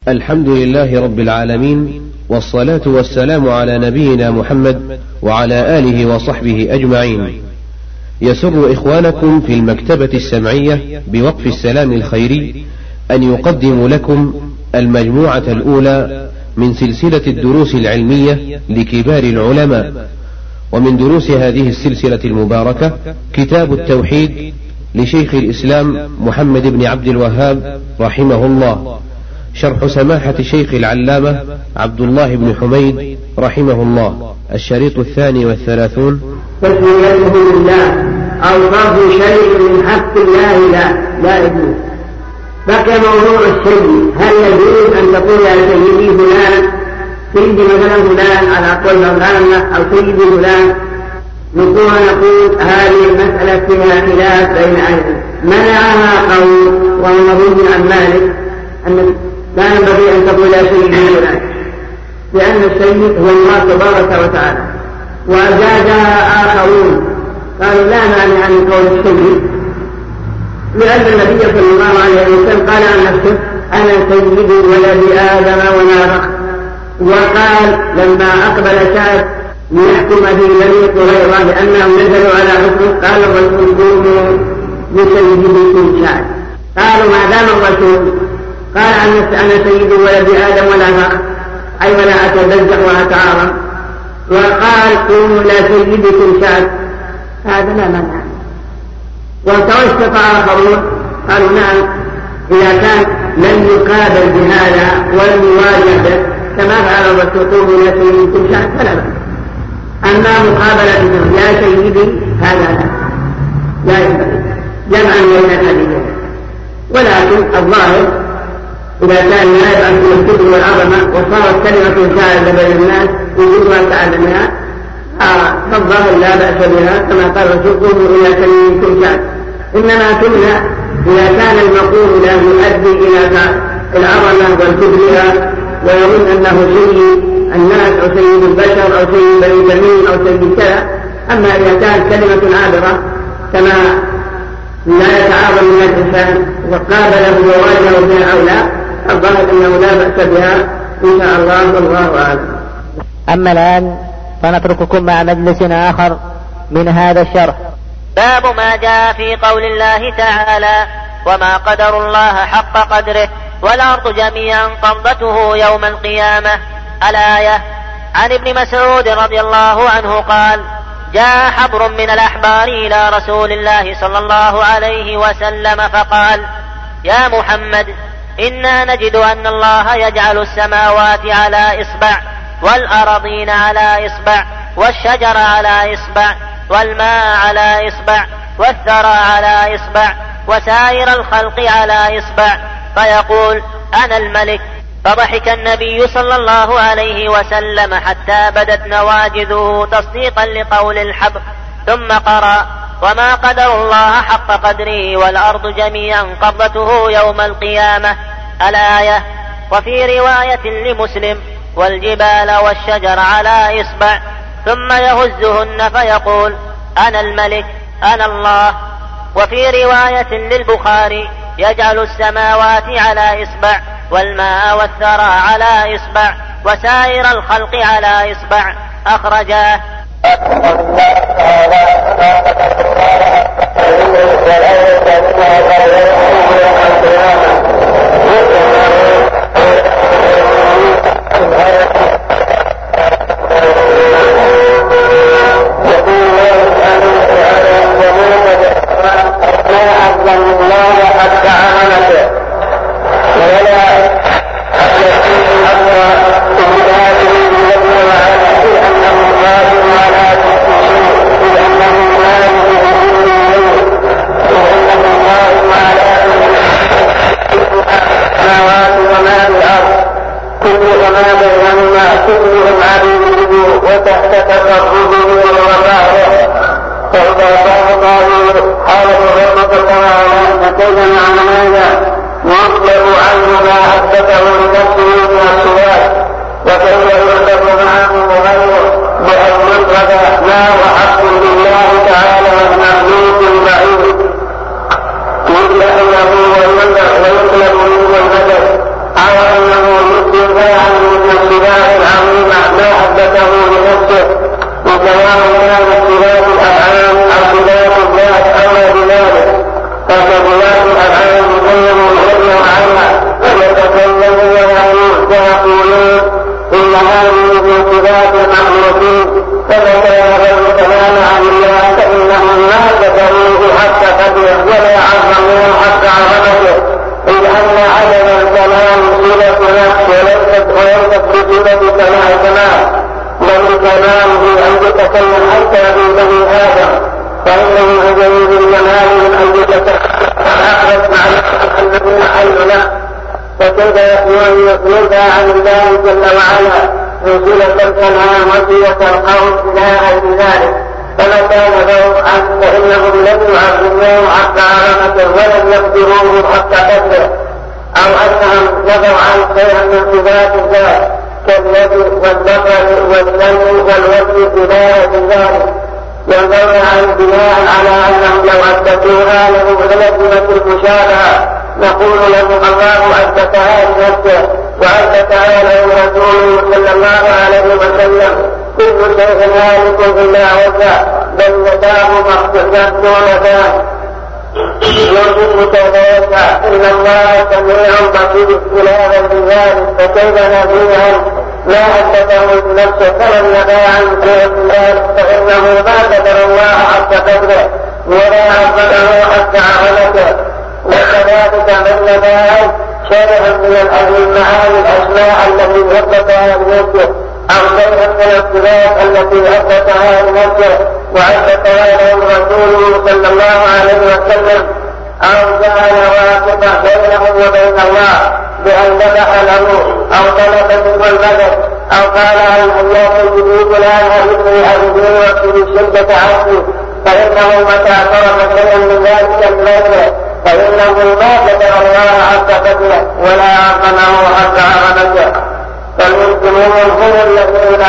الحمد لله رب العالمين، والصلاة والسلام على نبينا محمد وعلى آله وصحبه أجمعين. يسر إخوانكم في المكتبة السمعية بوقف السلام الخيري أن يقدم لكم المجموعة الأولى من سلسلة الدروس العلمية لكبار العلماء، ومن دروس هذه السلسلة المباركة كتاب التوحيد لشيخ الإسلام محمد بن عبد الوهاب رحمه الله، شرح سماحة شيخ العلامة عبد الله بن حميد رحمه الله، الشريط 32. تسميته لله أو ضرب شيء من حق الله لا يجوز. بقي موضوع السيد، هل يجوز أن تقول يا سيدي فلان، سيدي مثلا فلان على قول مولانا أو سيدي فلان؟ نقول هذه المسألة فيها خلاف بين أهل. منعها قول وهو مروي عن مالك أن لا ينبغي أن تقول يا سيدي فلان، لأن السيد هو الله تبارك وتعالى. وأجازها آخرون قالوا لا مانع من قول السيد، لأن النبي صلى الله عليه وسلم قال عن نفسه أنا سيد ولد آدم ولا فخر. وقال لما أقبل سعد ليحكم في بني قريظة لأنهم نزلوا على حكمه قال الرسول قوموا لسيدكم سعد. قالوا ما دام الرسول قال عن نفسه أنا سيد ولد آدم ولا فخر، أي ولا أتبزق وأتعاظم، وقال قوموا لا سيدكم سعد، هذا لا مانع. وتوسط آخرون قالوا نعم إذا كان لم يقابل بهذا ولم يواجه به كما فعل الرسول قوموا لا سيدكم سعد فلا مانع. أما مقابلة يا سيدي هذا لا ينبغي جمعا بين الحديثين. ولكن الظاهر إذا كان لا يبعث من الكبر والعظمة وصارت كلمة سائلة بين الناس وجودها سعادة منها فالظاهر لا بأس بها كما قال الرسول قوموا إلى سيدكم سعد. إنما تمنع إذا كان المقول لا يؤدي إلى العظمة والكبرها ويظن أنه سيد الناس أو سيد البشر أو سيد بني تميم أو سيد كذا. أما إذا كانت كلمة عابرة كما لا يتعاظم من الإنسان وقابله وواجهه من أولى الظاهر أنه لا بأس بها إن شاء الله والله أعلم. أما الآن فنترككم مع مجلس آخر من هذا الشرح. باب ما جاء في قول الله تعالى وما قدر الله حق قدره والأرض جميعا قبضته يوم القيامة، الآية. عن ابن مسعود رضي الله عنه قال جاء حبر من الأحبار إلى رسول الله صلى الله عليه وسلم فقال يا محمد إنا نجد أن الله يجعل السماوات على إصبع والأراضين على إصبع والشجر على إصبع والماء على إصبع والثرى على إصبع وسائر الخلق على إصبع، فيقول أنا الملك. فضحك النبي صلى الله عليه وسلم حتى بدت نواجذه تصديقا لقول الحبر، ثم قرأ وما قدر الله حق قدره والأرض جميعا قبضته يوم القيامة، الآية. وفي رواية لمسلم والجبال والشجر على إصبع، ثم يهزهن فيقول أنا الملك أنا الله. وفي رواية للبخاري يجعل السماوات على إصبع والماء والثرى على إصبع وسائر الخلق على إصبع، أخرجاه. ويطلب منه البدر أو أنه أثبته لنفسه، وسواء كان صفات الأفعال أو صفات الذات أولى بذلك، فصفات الأفعال مكلم يحل عنها ويتكلم ويقولون إن هذه من صفات المخلوقين، فمن كان غير كلام عن الله فإنهم ما ذكروه حتى قدره ولا عظموه حتى عظمته، إذ أن عدم الكلام صلة نفس وليست بصلة كمال، بل الكلام في أن يتكلم حتى في بني آدم، فإنه يجوز الجمال من أن يتكلم فأخرج مع الذين حل له، فكيف ينفى عن الله جل وعلا من صلة الكلام وصلة القول إلى غير ذلك، فما كان لهم عنه فإنهم لم يعظموه حتى عظمته ولم يقدروه حتى قدره، أو أنهم نفوا عن شيئا من صفات الذات كاليد والبصر والسمع والوجه إلى ذلك، ينظرون عن بناء على أنهم لو أثبتوها لهم لزمت المشابهة، نقول لهم الله أثبتها لنفسه وأثبتها له رسوله صلى الله عليه وسلم، كل شيء هالك إلا وجهه، بل يداه مفتوحتان يجب كذلك، إن الله سميع بصير اختلافا بذلك، فكيف نبيها ما أثبته بنفسه فلم يدع عن شيء ذلك، فإنه ما قدر الله حتى قدره ولا عظمه حتى عظمته، وكذلك من نباه شيئا من المعاني الأسماء التي أثبتها بنفسه أو شيئا من الصفات التي أثبتها بنفسه وأثبتها له رسوله صلى الله عليه وسلم، أو جعل واسطة بينه وبين الله بأن ذبح له أو طلب منه المدد أو قال أن يجب فلان أبني أبني وفي شدة عبدي، فإنه متى طلب شيئا من ذلك المدد فإنه ما قدر الله حتى قدره ولا عظمه حتى عظمته، فالمسلمون هم الذين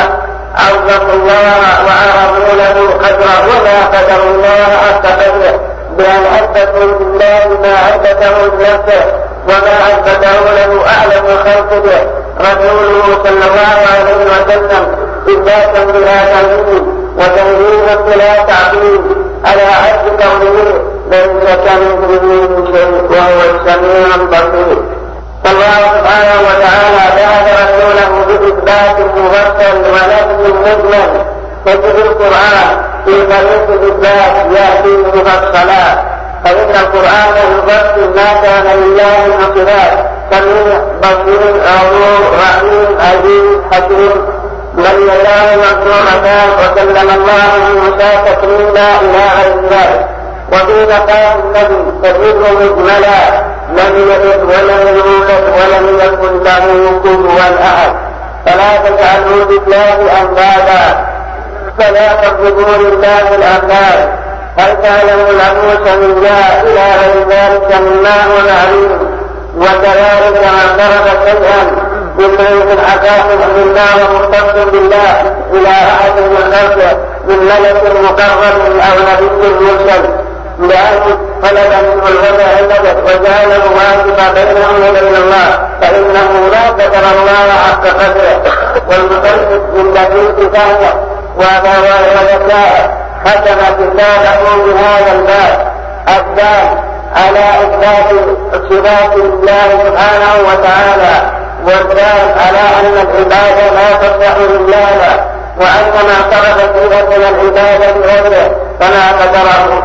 عظموا الله وعرفوا له قدره وما قدروا الله حتى قدره، بأن أثبتوا لله ما أثبته لنفسه وما أثبته له أعلم خلق به رسوله صلى الله عليه وسلم، إثباتا بلا تمثيل وتنزيها بلا تعطيل على حد قوله ليس كمثله شيء وهو السميع البصير. فالله سبحانه وتعالى بعث رسوله بإثبات مفصل ونفي مجمل، ففي القرآن في طريق الإثبات يأتي مفصلا، فإن القرآن يفصل ما كان لله من صفات سميع بصير غفور رحيم عزيز حكيم، بل يداه مفتوحتان وسلم الله موسى تكريما إلى غير ذلك. وفي مقام النبي تجده مجملا لم يلد ولم يولد ولم يكن له كفوا أحد، فلا تجعلوا بالله أندادا فلا تضربوا لله الأنداد، هل تعلم له سميا إلى غير ذلك مما هو معلوم. وكذلك من ضرب شيئا من الحقائق مما هو مختص بالله إلى أحد من خلقه من ملك مقرب أو نبي مرسل لأنه طلب منه الهدى المدد وجعله واجبا بينه وبين الله، فإنه لا قدر الله حق قدره. والمصنف بالذي كتابه وذكاء ختم كتابه بهذا الباب الدال على إثبات صفات الله سبحانه وتعالى، والدال على أن العبادة لا تصلح لله، وأن ما صرف صفة من العبادة غيره فما قدره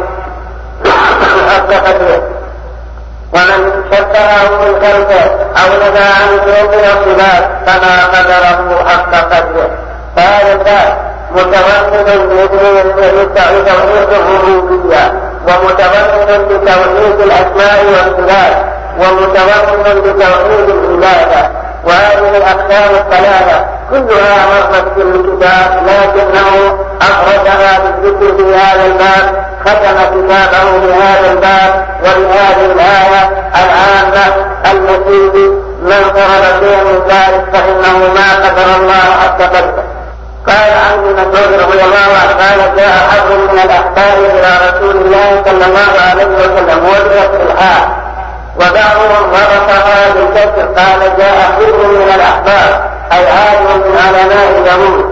حق قدره، ومن شبهه بالخلق أو نزع عن شيء من الصفات فما قدره حق قدره. فهذا الباب متوسط بتوحيد الربوبية، ومتوسط بتوحيد الأسماء والصفات، ومتوسط بتوحيد العبادة، وهذه الأقسام الثلاثة كلها مرت في الكتاب، لكنه أخرجها بالذكر في هذا الباب، ختم كتابه بهذا الباب وبهذه الآية العامة التي من فرض شيئا من ذلك فإنه ما قدر الله حتى قدره. قال عن ابن مسعود رضي الله عنه قال جاء حبر من الأحبار إلى رسول الله صلى الله عليه وسلم وجهت الحال، وبعضهم ورثها بالكسر قال جاء حبر من الأحبار أي عالم من علماء اليهود،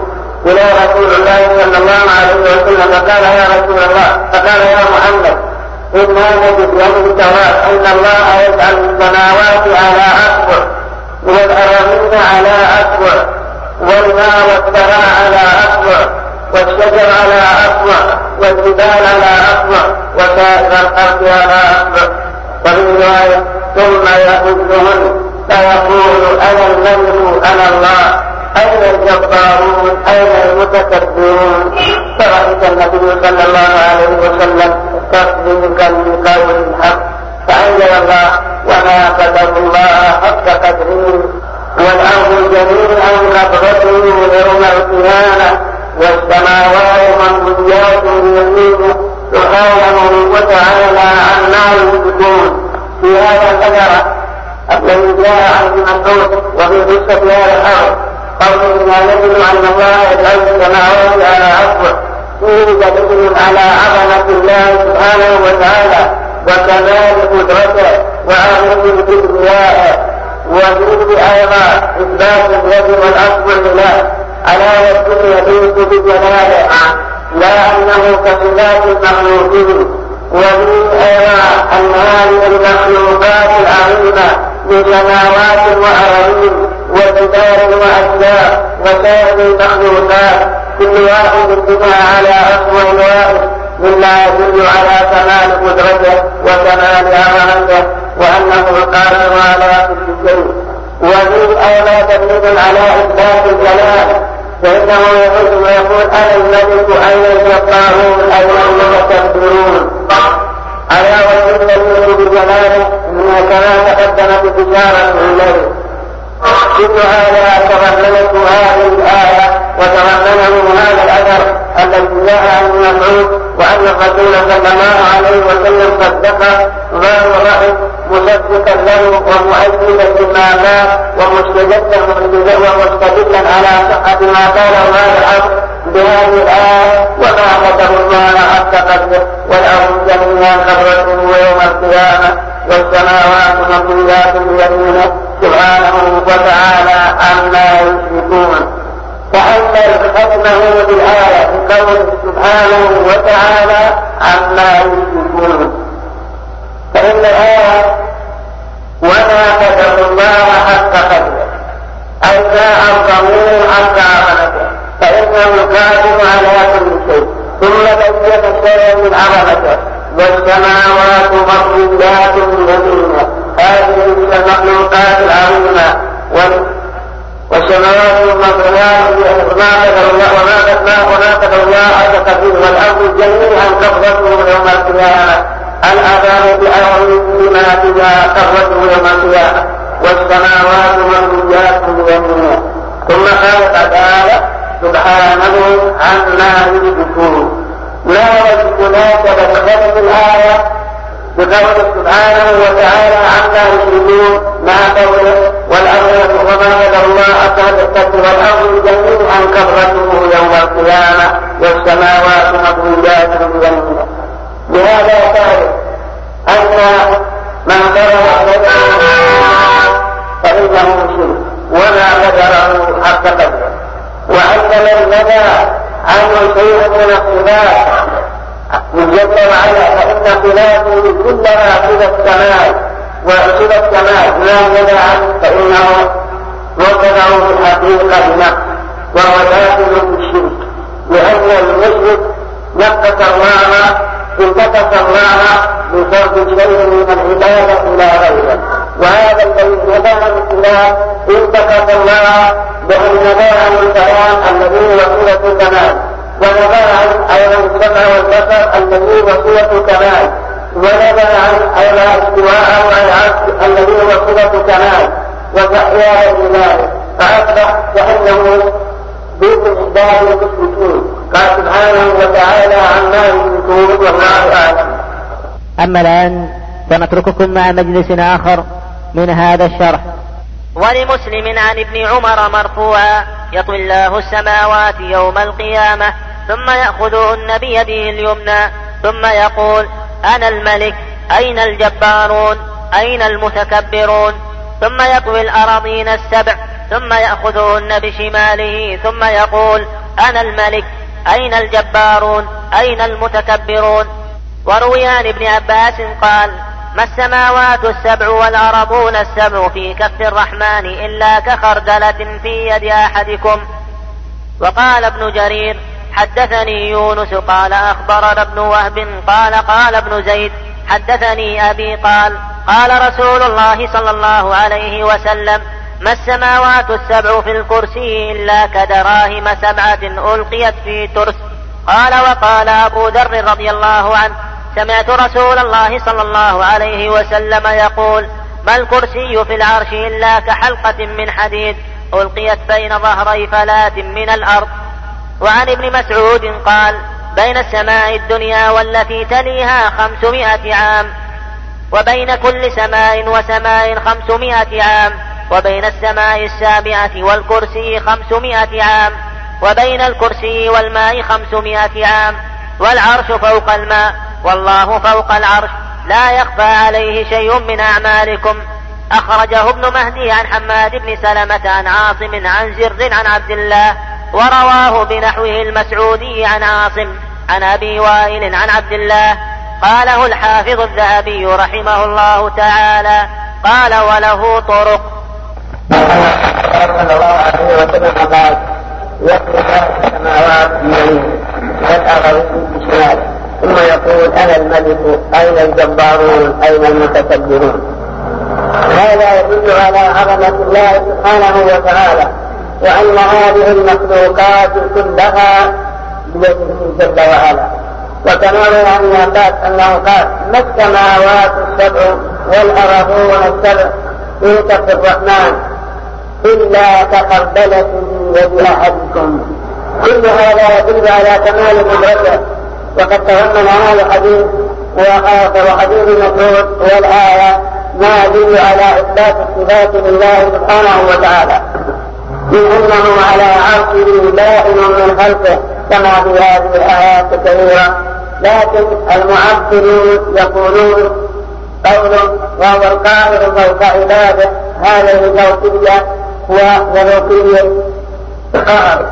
إلى رسول الله صلى الله عليه وسلم فقال يا رسول الله، فقال يا محمد إنا نجد يوم التوراة أن الله يجعل السماوات على أصبع والأراضين على أصبع والماء والثرى على أصبع والشجر على أصبع والجبال على أصبع وسائر الأرض على أصبع. وفي رواية ثم يأخذهن فيقول أنا الملك أنا الله، أين الجبارون أين المتكبرون؟ فرأيت النبي صلى الله عليه وسلم تصديقا لقول الحق، فأنزل الله وما قدر الله حق قدره والأرض جميعا قبضته يوم القيامة والسماوات مملوكات بيمينه سبحانه وتعالى عما يشركون. في هذا الأثر الذي جاء عن ابن مسعود وفي قصة هذا الأرض قوله إنا نجد أن الله يجعل السماوات على أصبع، فيه دليل على عظمة الله سبحانه وتعالى وكمال قدرته وعظمة كبريائه، وفيه أيضا إثبات اليد والأصبع لله على وجه يليق بجلاله لا أنه كصفات المخلوقين. وفيه أيضا أن هذه المخلوقات العظيمة من سماوات وأراضين وجبال وأشجار وسائر المخلوقات كل واحد منها على أصبع واحد مما يدل على كمال قدرته وكمال عظمته وأنه القادر على كل شيء. وفيه أيضا دليل على إثبات الجلال، فإنه يقول ويقول أنا الملك أين الجبارون أين المتكبرون على وجه الدليل بجلاله كما تقدمت بشارة إليه. كل هذا تضمنته هذه الآية وتضمنه هذا الأثر الذي جاء عن ابن مسعود وأن الرسول صلى الله عليه وسلم صدقه ظاهر رأي مصدقا له ومؤيدا لما قال ومستدلا على صحة ما قاله هذا الأمر بهذه الآية وما قدر الله حق قدره والأرض جميعا قبضته يوم القيامة والسماوات مطويات بيمينه سبحانه وتعالى عما يشركون. فأما ختمه بالآية بقوله سبحانه وتعالى عما يشركون، فإن الآية وما قدر الله حق قدره أي ما عظموه حق عظمته فإنه قادر على كل شيء. ثم بين شيئا من عظمته والسماوات مطويات بيمينه، هذه المخلوقات العظيمة والسماوات مطويات وما قدر الله حق قدره والأرض جميعا قبضته يوم القيامة الأذان بأمره بما فيها قبضته يوم القيامة والسماوات مطويات بيمينه. ثم قال تعالى سبحانه عما يشركون. لا وجد مناسبة ختم الآية بقوله سبحانه وتعالى عما يشركون مع قوله والأرض وما قدر الله حق قدره والأرض جميعا قبضته يوم القيامة والسماوات مطويات بيمينه. بهذا يقال أن من قرأ فإنه مشرك وما قدره حق قدره، وأن من نبى عنه شيء من الصفات جل وعلا فإن خلافه كلها صفة الكمال وصفة الكمال لا نبى عنه فإنه وقعه في الحقيقة بنقص وهو داخل في الشرك، لأن المشرك نقص الله بفرض شيء من العبادة إلى غيره، وهذا الذي نبى عن الخلاف انتقص الله بأن نبى عن الكلام الذي وصلة الكمال، ونبى عن أيضا السمع والبصر الذي وصلة الكمال، ونبى عن أيضا استواءه على العرش الذي وصلة الكمال وتحياه الإله، فأصبح كأنه بيت إحداث المشركين. قال سبحانه وتعالى عما يشركون والله أعلم. أما الآن فنترككم مع مجلس آخر من هذا الشرح. ولمسلم عن ابن عمر مرفوعا يطوي الله السماوات يوم القيامة ثم يأخذهن بيده اليمنى ثم يقول أنا الملك أين الجبارون أين المتكبرون، ثم يطوي الأراضين السبع ثم يأخذهن بشماله ثم يقول أنا الملك، أين الجبارون، أين المتكبرون. وروي عن ابن عباس قال: ما السماوات السبع والأرضون السبع في كف الرحمن إلا كخردلة في يد أحدكم. وقال ابن جرير: حدثني يونس قال أخبرنا ابن وهب قال ابن زيد حدثني أبي قال: قال رسول الله صلى الله عليه وسلم: ما السماوات السبع في الكرسي إلا كدراهم 7 ألقيت في ترس. قال: وقال أبو ذر رضي الله عنه: سمعت رسول الله صلى الله عليه وسلم يقول: ما الكرسي في العرش إلا كحلقة من حديد ألقيت بين ظهري فلاة من الأرض. وعن ابن مسعود قال: بين السماء الدنيا والتي تليها 500 عام، وبين كل سماء وسماء 500 عام، وبين السماء السابعة والكرسي 500 عام، وبين الكرسي والماء 500 عام، والعرش فوق الماء، والله فوق العرش، لا يخفى عليه شيء من أعمالكم. أخرجه ابن مهدي عن حماد بن سلمة عن عاصم عن زر عن عبد الله، ورواه بنحوه المسعودي عن عاصم عن أبي وائل عن عبد الله. قاله الحافظ الذهبي رحمه الله تعالى. قال: وله طرق. صلى الله عليه وسلم قال: يخلق السماوات بيمينه والأرض بشماله، ثم يقول: أنا الملك، أين الجبارون، أين المتكبرون. هذا يدل على عظمة الله سبحانه وتعالى، وأن هذه المخلوقات كلها بيده جل وعلا. وكما روى عن عباس أنه قال: ما السماوات السبع والأرضون السبع في كف الرحمن إلا كخردلة في يد أحدكم. كل هذا يدل على كمال قدرته. وقد تضمن هذا الحديث وآخر حديث مسعود والآية ما يدل على إثبات الصفات لله سبحانه وتعالى، من أنه على عرشه بائن من خلقه كما في هذه الآيات كثيرة. لكن المعبدون يقولون قوله: وهو القاهر فوق عباده، هذه الفوقية وفوقية قهر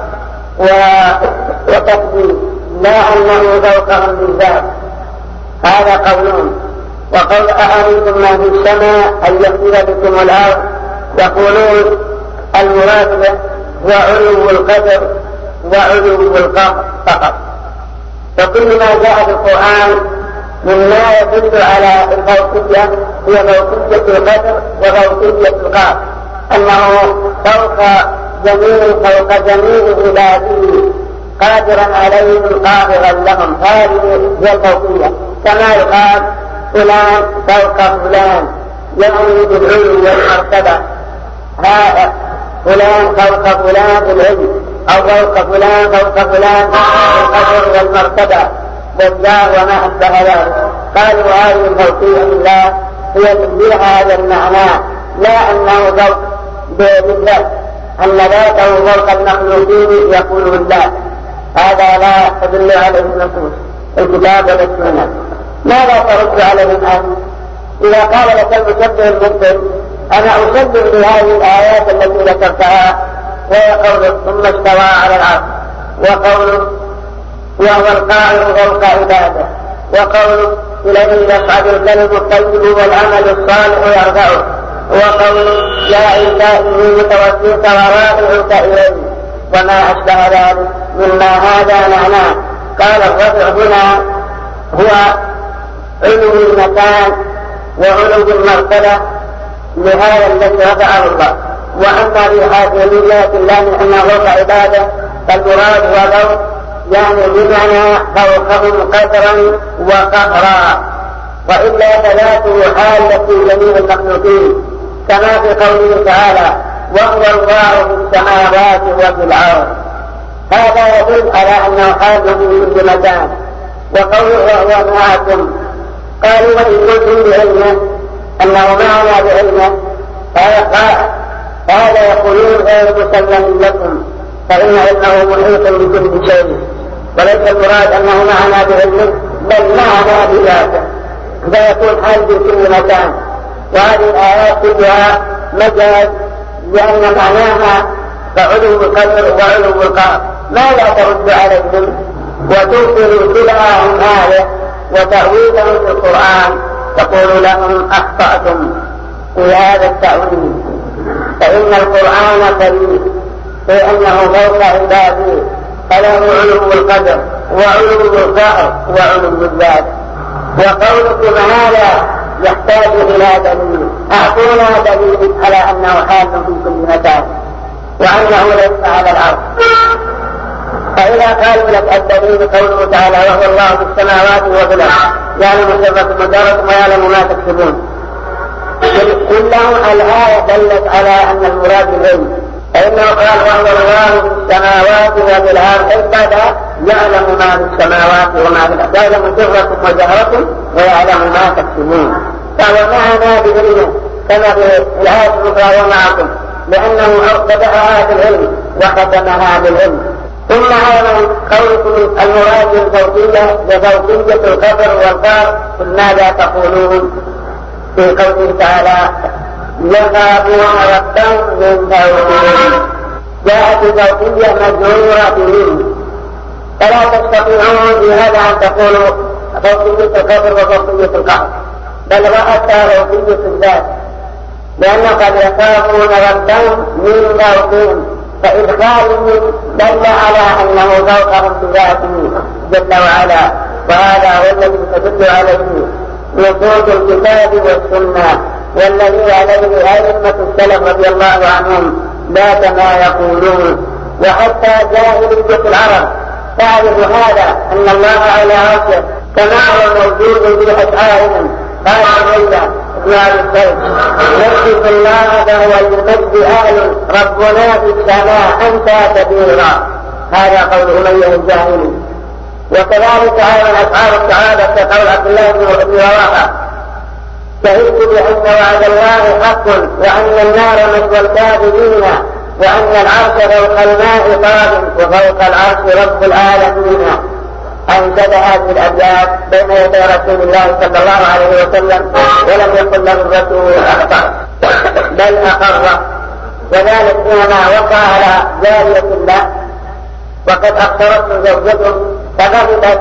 وتكبير، لا أنه فوقهم بالذات. هذا قولون. وقول: أأمنتم ما في السماء أن يخسف بكم الأرض، يقولون المراد به هو علو القدر وعلو القهر فقط. وكل ما جاء في القرآن مما يدل على الفوقية هي فوقية القدر وفوقية القهر، أنه فوق جميع عباده قادرا عليهم قاهرا لهم. هذه هي الفوقية، كما يقال فلان فوق فلان، يعني بالعلو والمرتبة. هذا فلان فوق فلان بالعلم، أو فوق فلان بالقدر والمرتبة والجاه وما أشبه ذلك. قالوا هذه الفوقية لله هي بهذا المعنى، لا أنه فوق بالذات، أن ذاته فوق المخلوقين يقول الله. هذا لا تدل عليه النصوص الكتاب والسنة. ماذا ترد عليه الآن؟ إذا قال لك المشبه المبطل: أنا أشبه بهذه الآيات التي ذكرتها، وهي قوله: ثم استوى على العرش، وقوله: وهو القاهر فوق عباده، وقوله: إليه يصعد الكلم الطيب والعمل الصالح يرفعه، وقوله: يا عيسى إني متوفيك ورافعك إليه، وما أشبه ذلك مما هذا معناه. قال: الرفع هنا هو علو المكان وعلو المرتبة لهذا الذي رفعه الله. وأما في حاكمية الله من أنه فوق عباده فالمراد هو فوق، يعني بمعنى فوقهم قدرا وقهرا، وإلا فذاته حالة جميع المخلوقين، كما في قوله تعالى: وهو الله في السماوات وفي الأرض. هذا يدل على أنه حال في كل مكان. وقوله: وهو معكم، قالوا: وإن كنتم بعلمه، أنه معنا بعلمه، هذا يقولون غير مسلم لكم، فإن علمه محيط بكل شيء، وليس المراد أنه معنا بعلمه بل معنا بذاته، فيكون حال في كل مكان. وهذه الآيات كلها مجاز، لأن معناها فعلو القدر وعلو القهر، ماذا ترد عليهم وتوصل سبعهم هذا وتأويلهم في القرآن؟ تقول لهم أخطأتم في هذا التأويل، فإن القرآن كريم في أنه فوق عباده، فله علو القدر وعلو القهر وعلو الذات. وقولكم هذا يحتاج إلى دليل، أعطونا دليل على أنه حال في كل مكان وأنه ليس على الأرض. فإذا قالوا لك الدليل قوله تعالى وهو الله في السماوات وفي الأرض يعلم سركم وجهركم ويعلم ما تكسبون، كلهم الآية دلت على أن المراد العلم، فإنه قال وهو الله في السماوات وفي الأرض، إذ يعلم ما في السماوات وما في الأرض، يعلم سركم وجهركم ويعلم ما تكسبون، فهو معنا بعلمه كما في الآية الأخرى ومعكم، لأنه بدأها بالعلم وختمها بالعلم. ثم أيضا قولكم المراد الفوقية لفوقية القدر والقهر، ماذا تقولون في قوله تعالى يخافون ربهم من فوقهم؟ جاءت الفوقية مجرورة بهم، فلا تستطيعون بهذا أن تقولوا فوقية القدر وفوقية القهر، بل رأتها فوقية الذات، لأنه قد يخافون ربهم من فوقهم، فإدخالهم دل على أنه فوقهم بذاته جل وعلا، وهذا هو الذي تدل عليه نصوص الكتاب والسنة، والذي عليه أئمة السلف رضي الله عنهم لا كما يقولون. وحتى جاهلية العرب تعرف هذا أن الله على عرشه كما هو موجود في أشعارهم. قال عبيدة بن أبي الصيد نسبح الله فهو المجد أهل ربنا في السماء أنت كبيرا، هذا قول أمية الجاهلي. وكذلك أيضا أشعار الصحابة كقول عبد الله بن رواحة شهدت بأن وعد الله حق وأن النار مثوى الكافرين وأن العرش فوق الماء طاب وفوق العرش رب العالمين. أنشد هذه الأبيات بين يدي رسول الله صلى الله عليه وسلم ولم يقل له الرسول أخطأ بل أقر، وذلك حينما وقع على جارية الله وقد أخبرته زوجته فغضبت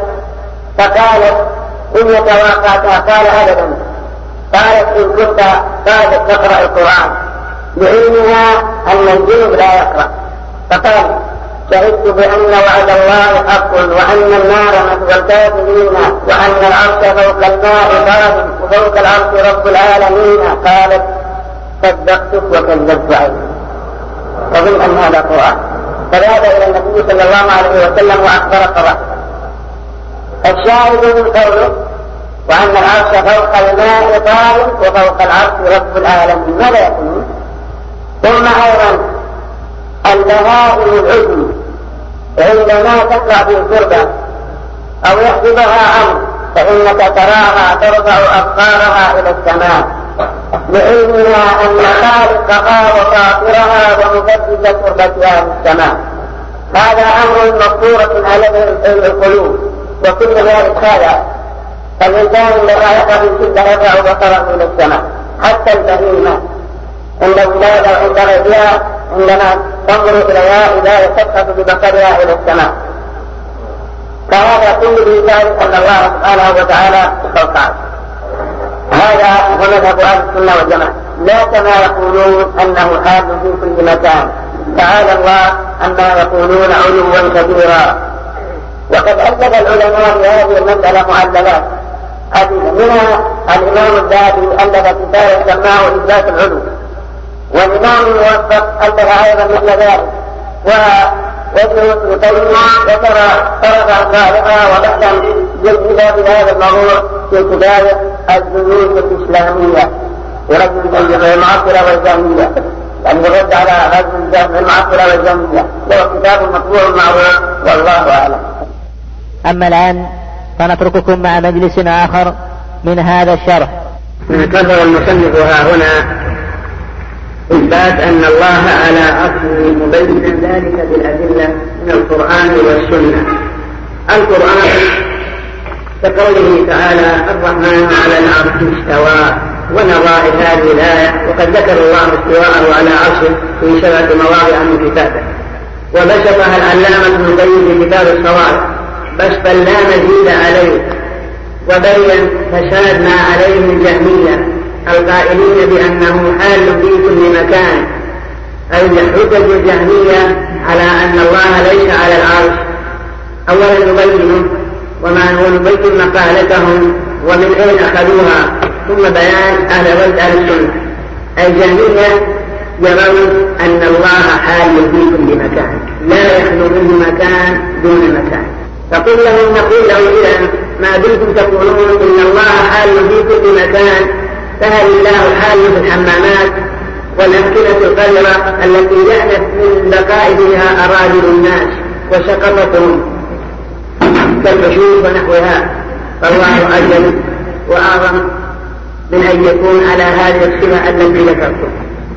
فقالت إن يتواقعتها، قال أبدا، قالت إن كنت قادت تقرأ القرآن، لعلمها أن الجنب لا يقرأ. فقال شهدت بأن وعد الله حق وأن النار مثوى الكافرين وأن العرش فوق الماء طاب وفوق العرش رب العالمين. قالت صدقتك وكذبت عليك، وظن أن هذا قرآن. فذهب إلى النبي صلى الله عليه وسلم وأخبر قرأ. الشاهد من قوله وأن العرش فوق الماء طاب وفوق العرش رب العالمين ماذا يقول؟ ثم أيضا البهائم العجم عندما تقع في القربة أو يحسبها أمر فإنك تراها ترفع أبصارها إلى السماء، لعلمها أن خالقها وفاطرها ومفتش قربتها في السماء. هذا أمر مفطورة عليه القلوب وكل ذلك هذا، فالإنسان لما يقع في شدة يرفع بصره إلى السماء. حتى البهيمة عند الولادة وعند غيرها عندما تنظر إليها إذا تبحث ببصرها إلى السماء. فهذا كله ذلك أن الله سبحانه وتعالى فوق عرشه. هذا هو مذهب أهل السنة والجماعة، لا كما يقولون أنه حال في كل مكان، تعالى الله عما يقولون علوا كبيرا. وقد ألف العلماء في هذه المسألة معللات عديدة، منها الإمام الذهبي ألف كتابا سماه إثبات العلو، والإمام الموفق ألف أيضا مثل ذلك، ووجهه ابن تيمية ذكر طرفا صالحا وبحثا جيدا في هذا الموضوع في كتابه الجيوش الإسلامية ورجل المعطلة والجهمية، يعني يرد على رجل المعطلة والجهمية، له كتاب مطبوع معروف والله أعلم. أما الآن فنترككم مع مجلس آخر من هذا الشرح. كرر المصنف هنا إثبات أن الله على عرشه مبين ذلك بالأدلة من القرآن والسنة. القرآن كقوله تعالى الرحمن على العرش استوى ونظائر هذه الآية، وقد ذكر الله استواءه على عرشه في 7 مواضع من كتابه. وبسطها العلامة ابن القيم في كتاب الصواب بسطا لا مزيد عليه، وبين فساد ما عليه الجهمية القائلين بأنه حال في كل مكان، أي حجج الجهمية على أن الله ليس على العرش. أولا نبينه ونبين مقالتهم ومن أين أخذوها، ثم بيان أهل السنة. الجهمية يرون أن الله حال في كل مكان لا يخلو منه مكان دون مكان، نقول له إذا ما دمتم تقولون إن الله حال في كل مكان، فهل الله حال في الحمامات والأمكنة القذرة التي يأنف من بقائها أراجل الناس وسقطتهم كالحشوش ونحوها؟ فالله أجل وأعظم من أن يكون على هذه الصفة التي ذكرتم.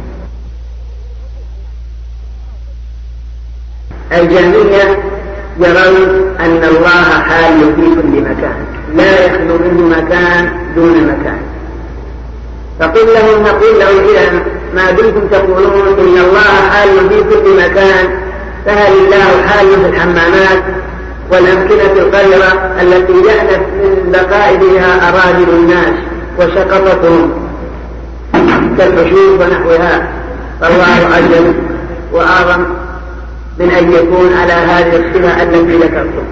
الجهمية يرون أن الله حال في كل مكان لا يخلو منه مكان دون مكان، نقول له إذا ما دمتم تقولون إن الله حال في كل مكان، فهل الله حال في الحمامات والأمكنة القذرة التي يأنف من بقائها أراجل الناس وسقطتهم كالحشوش ونحوها؟ فالله أجل وأعظم من أن يكون على هذه الصفة التي ذكرتم.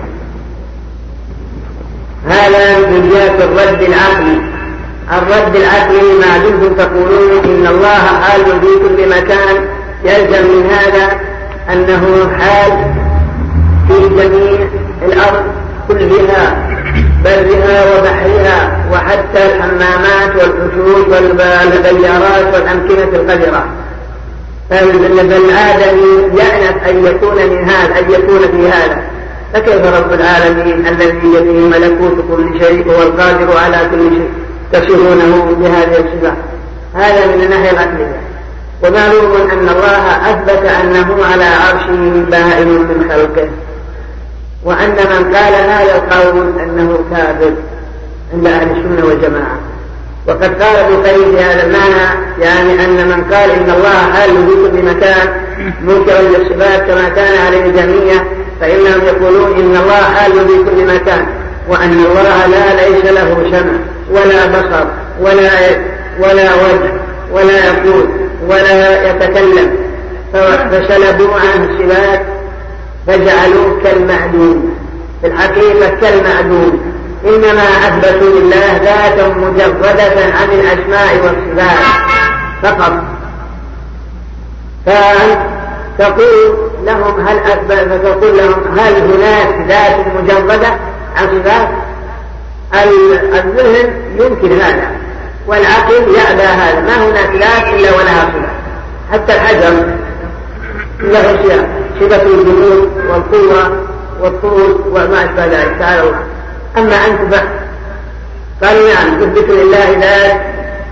هذا من جهة الرد العقلي ما دمتم تقولون إن الله حال في كل مكان، يلزم من هذا أنه حال في جميع الأرض كلها، برها وبحرها، وحتى الحمامات والحشوش والبيارات والأمكنة القذرة. فالآدمي يأنف أن يكون من هذا، أن يكون في هذا، فكيف رب العالمين الذي بيده ملكوت كل شيء والقادر على كل شيء تصفونه بهذه الصفة؟ هذا من الناحية العقلية. ومعلوم أن الله أثبت أنه على عرشه بائن من خلقه، وأن من قال هذا القول أنه كافر عند أهل السنة والجماعة. وقد قال ابن القيم في هذا المعنى، يعني أن من قال إن الله حال في كل مكان منكرا للصفات كما كان عليه الجهمية، فإنهم يقولون إن الله حال في كل مكان، وأن الله ليس له سمع ولا بصر ولا وجه ولا يقول ولا يتكلم، فسلبوا عنه الصفات فجعلوه كالمعدوم. في الحقيقة كالمعدوم، إنما أثبتوا لله ذاتا مجردة عن الأسماء والصفات فقط. فتقول لهم هل هناك ذات مجردة عن صفات؟ الذهن يمكن هذا والعقل يأبى هذا، ما هناك ذات إلا ولها صفة. حتى الحجر له صفة الجمود والقوة والطول وما أشبه ذلك، تعالى الله. أما أنت قالوا نعم تثبت لله ذات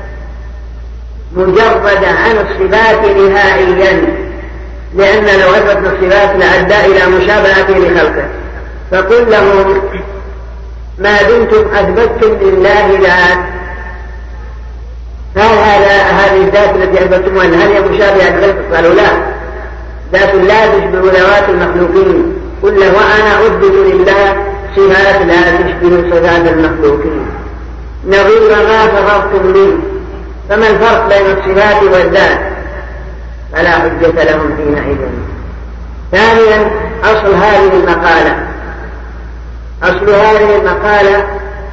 مجرد عن الصفات نهائيا، لأن لو أثبتنا الصفات لأدى إلى مشابهته لخلقه. فقل لهم ما دمتم أثبتتم لله ذات، هذه الذات التي أثبتتموها هل هي مشابهة لخلقه؟ قالوا لا، ذات لا تشبه ذوات المخلوقين. قل له وأنا أثبت لله صفات لا تشبه صفات المخلوقين نظير ما فرضتم منه، فما الفرق بين الصفات والذات؟ فلا حجة لهم حينئذ. ثانيا أصل هذه المقالة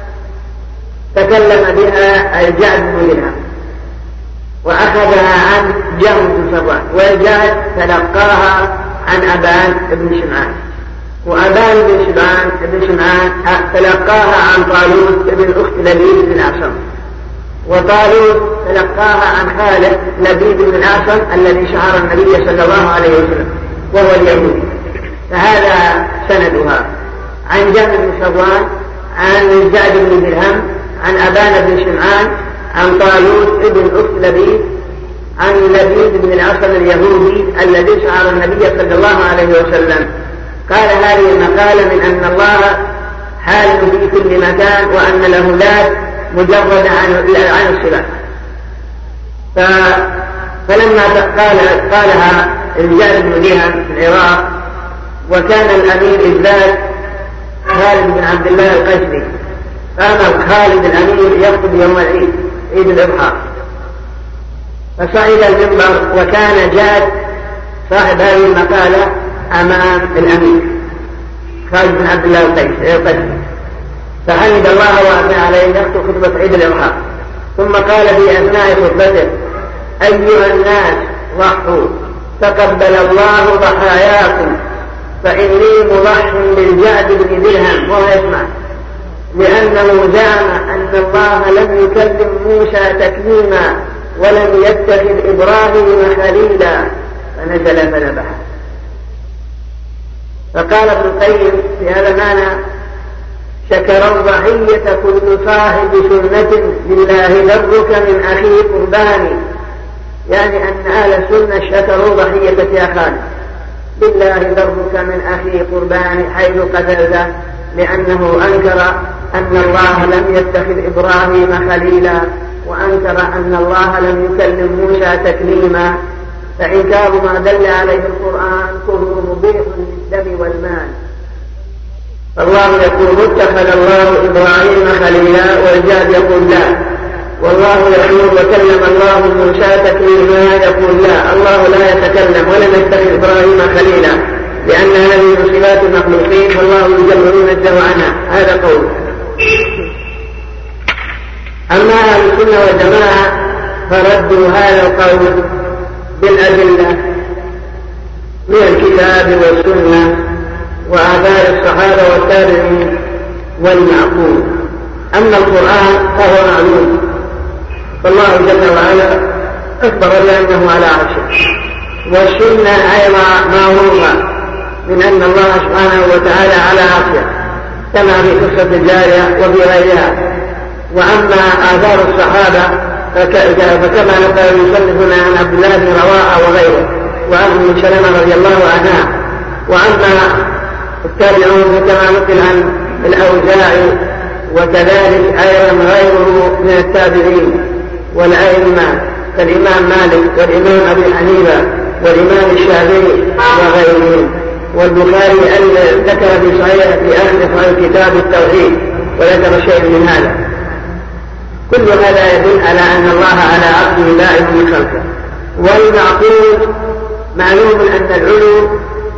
تكلم بها الجعد بن درهم وأخذها عن جهم بن صفوان، والجعد تلقاها عن أبان بن شمعان، وأبان بن شمعان تلقاها عن طالوت بن أخت لبيد بن الأعصم، وطالوت تلقاها عن خالد لبيد بن الأعصم الذي شهر النبي صلى الله عليه وسلم وهو اليهودي. فهذا سندها عن جهم بن صفوان عن الجعد بن درهم عن أبان بن شمعان عن طالوت بن أخت لبيد عن لبيد بن الأعصم اليهودي الذي شهر النبي صلى الله عليه وسلم. قال هذه المقالة من أن الله حال في كل مكان، وأن له ذات مجرد عن الصفات. فلما قالها الجعد بن درهم في العراق وكان الأمير بالذات خالد بن عبد الله القشري. قام خالد الأمير يخطب يوم العيد، عيد الأضحى، فصعد المنبر وكان جاد صاحب هذه المقالة أمام الأمير خالد بن عبد الله القشري، فحمد الله وأثنى عليه يخطب خطبة عيد الأضحى، ثم قال في أثناء خطبته: أيها الناس ضحوا تقبل الله ضحاياكم، فإني مضح بالجعد بن درهم، وهو يسمع، لأنه زعم أن الله لم يكلم موسى تكليما ولم يتخذ إبراهيم خليلا، فنزل فنبحه. فقال ابن القيم في هذا المعنى: شكر الضحية كل صاحب سنة لله درك من أخي قرباني، يعني أن أهل السنة شكروا ضحية يا خالد، لله درك من أخي قرباني حيث قتلته، لأنه أنكر أن الله لم يتخذ إبراهيم خليلا، وأنكر أن الله لم يكلم موسى تكليما، فإنكار ما دل عليه القرآن كله مبيح للدم والمال. فالله يقول: اتخذ الله إبراهيم خليلا، والجاد يقول: لا. والله يقول: وكلم الله موسى تكليما، يقول: لا، الله لا يتكلم ولم يتخذ إبراهيم خليلا، لأن هذه من صفات المخلوقين والله يجل ينزه عنها. هذا قول. أما أهل السنة والجماعة فردوا هذا القول بالأدلة من الكتاب والسنة وآثار الصحابة والتابعين والمعقول. أما القرآن فهو معلوم، فالله جل وعلا أخبر بأنه على عرشه، والسنة أيضا معروفة من أن الله سبحانه وتعالى على عرشه، كما في قصة الجارية وفي غيرها. وأما آثار الصحابة فكما نقل المصنفون عن عبد الله بن رواحة وغيره وعن أم سلمة رضي الله عنها. وأما التابعون فكما نقل عن الأوزاعي وكذلك أيضا غيره من التابعين والأئمة كالإمام مالك والإمام أبي حنيفة والإمام الشافعي وغيرهم. والبخاري ذكر في صحيح في آخر كتاب التوحيد وذكر شيء من هذا. كل هذا يدل على أن الله على عرشه دائم من خلقه. والمعقول معلوم أن العلو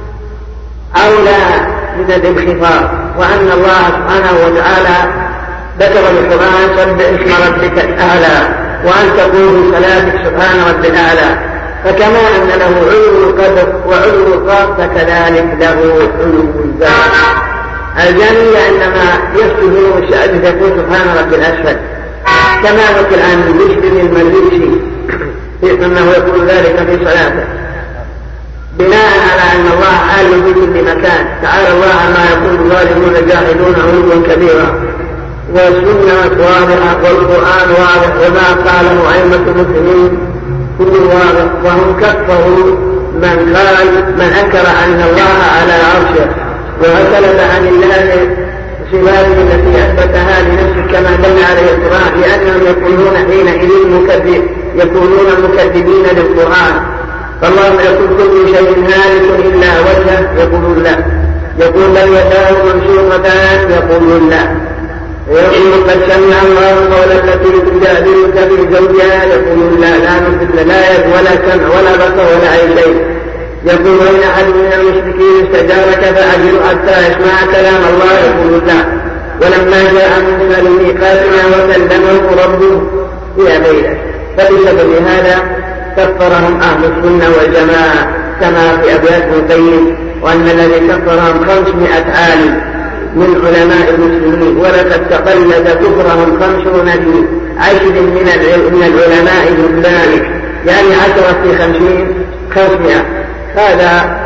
أولى من الانخفاض، وأن الله سبحانه وتعالى ذكر في القرآن: سبح اسم ربك الأعلى، وأن تقول في صلاتك سبحان رب الأعلى. فكما أن له علو القدر وعلو الذات فكذلك له علو الذات. الجميع عندما يسجد الشعب يقول سبحان رب الأسفل، كما نقل عن بشر المريسي أنه يقول ذلك في صلاته، بناء على أن الله عالم في كل مكان. تعالى الله عما يقول الظالمون جاهلون علوا كبيرا. والسنة واضحة والقرآن واضح، وما قاله أئمة المسلمين كل واضح. وهم كفروا من أنكر أن الله على عرشه وأسلم عن الله صفاته التي أثبتها لنفسه كما دل عليه القرآن، لأنهم يكونون حينئذ يكونون مكذبين للقرآن. فالله يقول: كل شيء هالك إلا وجهه، يقولون لا. يقول: بل يداه مبسوطتان، يقولون لا. يقول: قد سمع الله قول التي تجادلك في زوجها، يقولون لا، لا مثل لا يد ولا سمع ولا بصر ولا أي شيء. يقول: وإن أحد من المشركين استجارك فأجل حتى يسمع كلام الله، يقول لا. ولما جاء موسى لميقاتنا وكلمه ربه في بيته. فبسبب هذا كفرهم أهل السنة والجماعة كما في أبيات القيم: وأن الذي كفرهم 500 عالم من علماء المسلمين، ولقد تقلد كفرهم 50 عشر من العلماء ذلك، يعني 10 في 50 500. هذا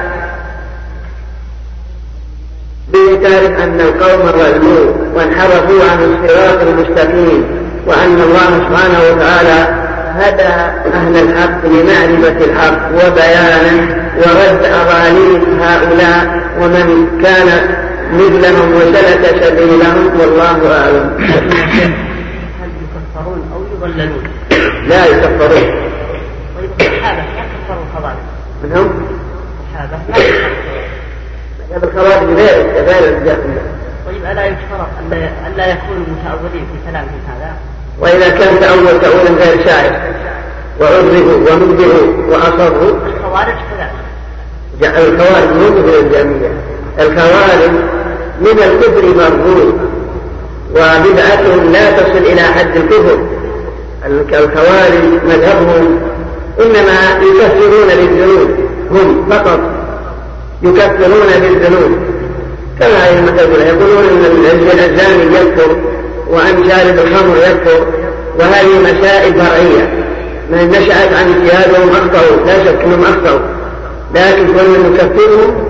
بتعرف أن القوم ضلوا وانحرفوا عن الصراط المستقيم، وأن الله سبحانه وتعالى هدى أهل الحق لمعرفة الحق وبيانه ورد أضاليل هؤلاء ومن كان مثلهم وسلك سبيلهم، والله أعلم. هل يكفرون أو يضللون؟ لا يكفرون. الصحابة لا يكفرون خضارا منهم؟ الصحابة لا يكفرون. هذا الخوارج غير الجهمية. طيب ألا يشترط ألا يكونوا متأولين في كلامهم هذا؟ وإذا كان تأولا غير شاعر وعذبوا ومبدعوا وأصروا الخوارج كذلك. الخوارج مو مثل الجهمية. الخوارج من الكفر مرفوض وبدعتهم لا تصل إلى حد الكفر. الخوارج مذهبهم إنما يكفرون بالذنوب، هم فقط يكفرون بالذنوب كما يقولون أن الزاني يكفر وأن شارب الخمر يكفر، وهذه مسائل فرعية من نشأت عن اجتهادهم أخطأوا، لا شك أنهم أخطأوا، لكن كنا نكفرهم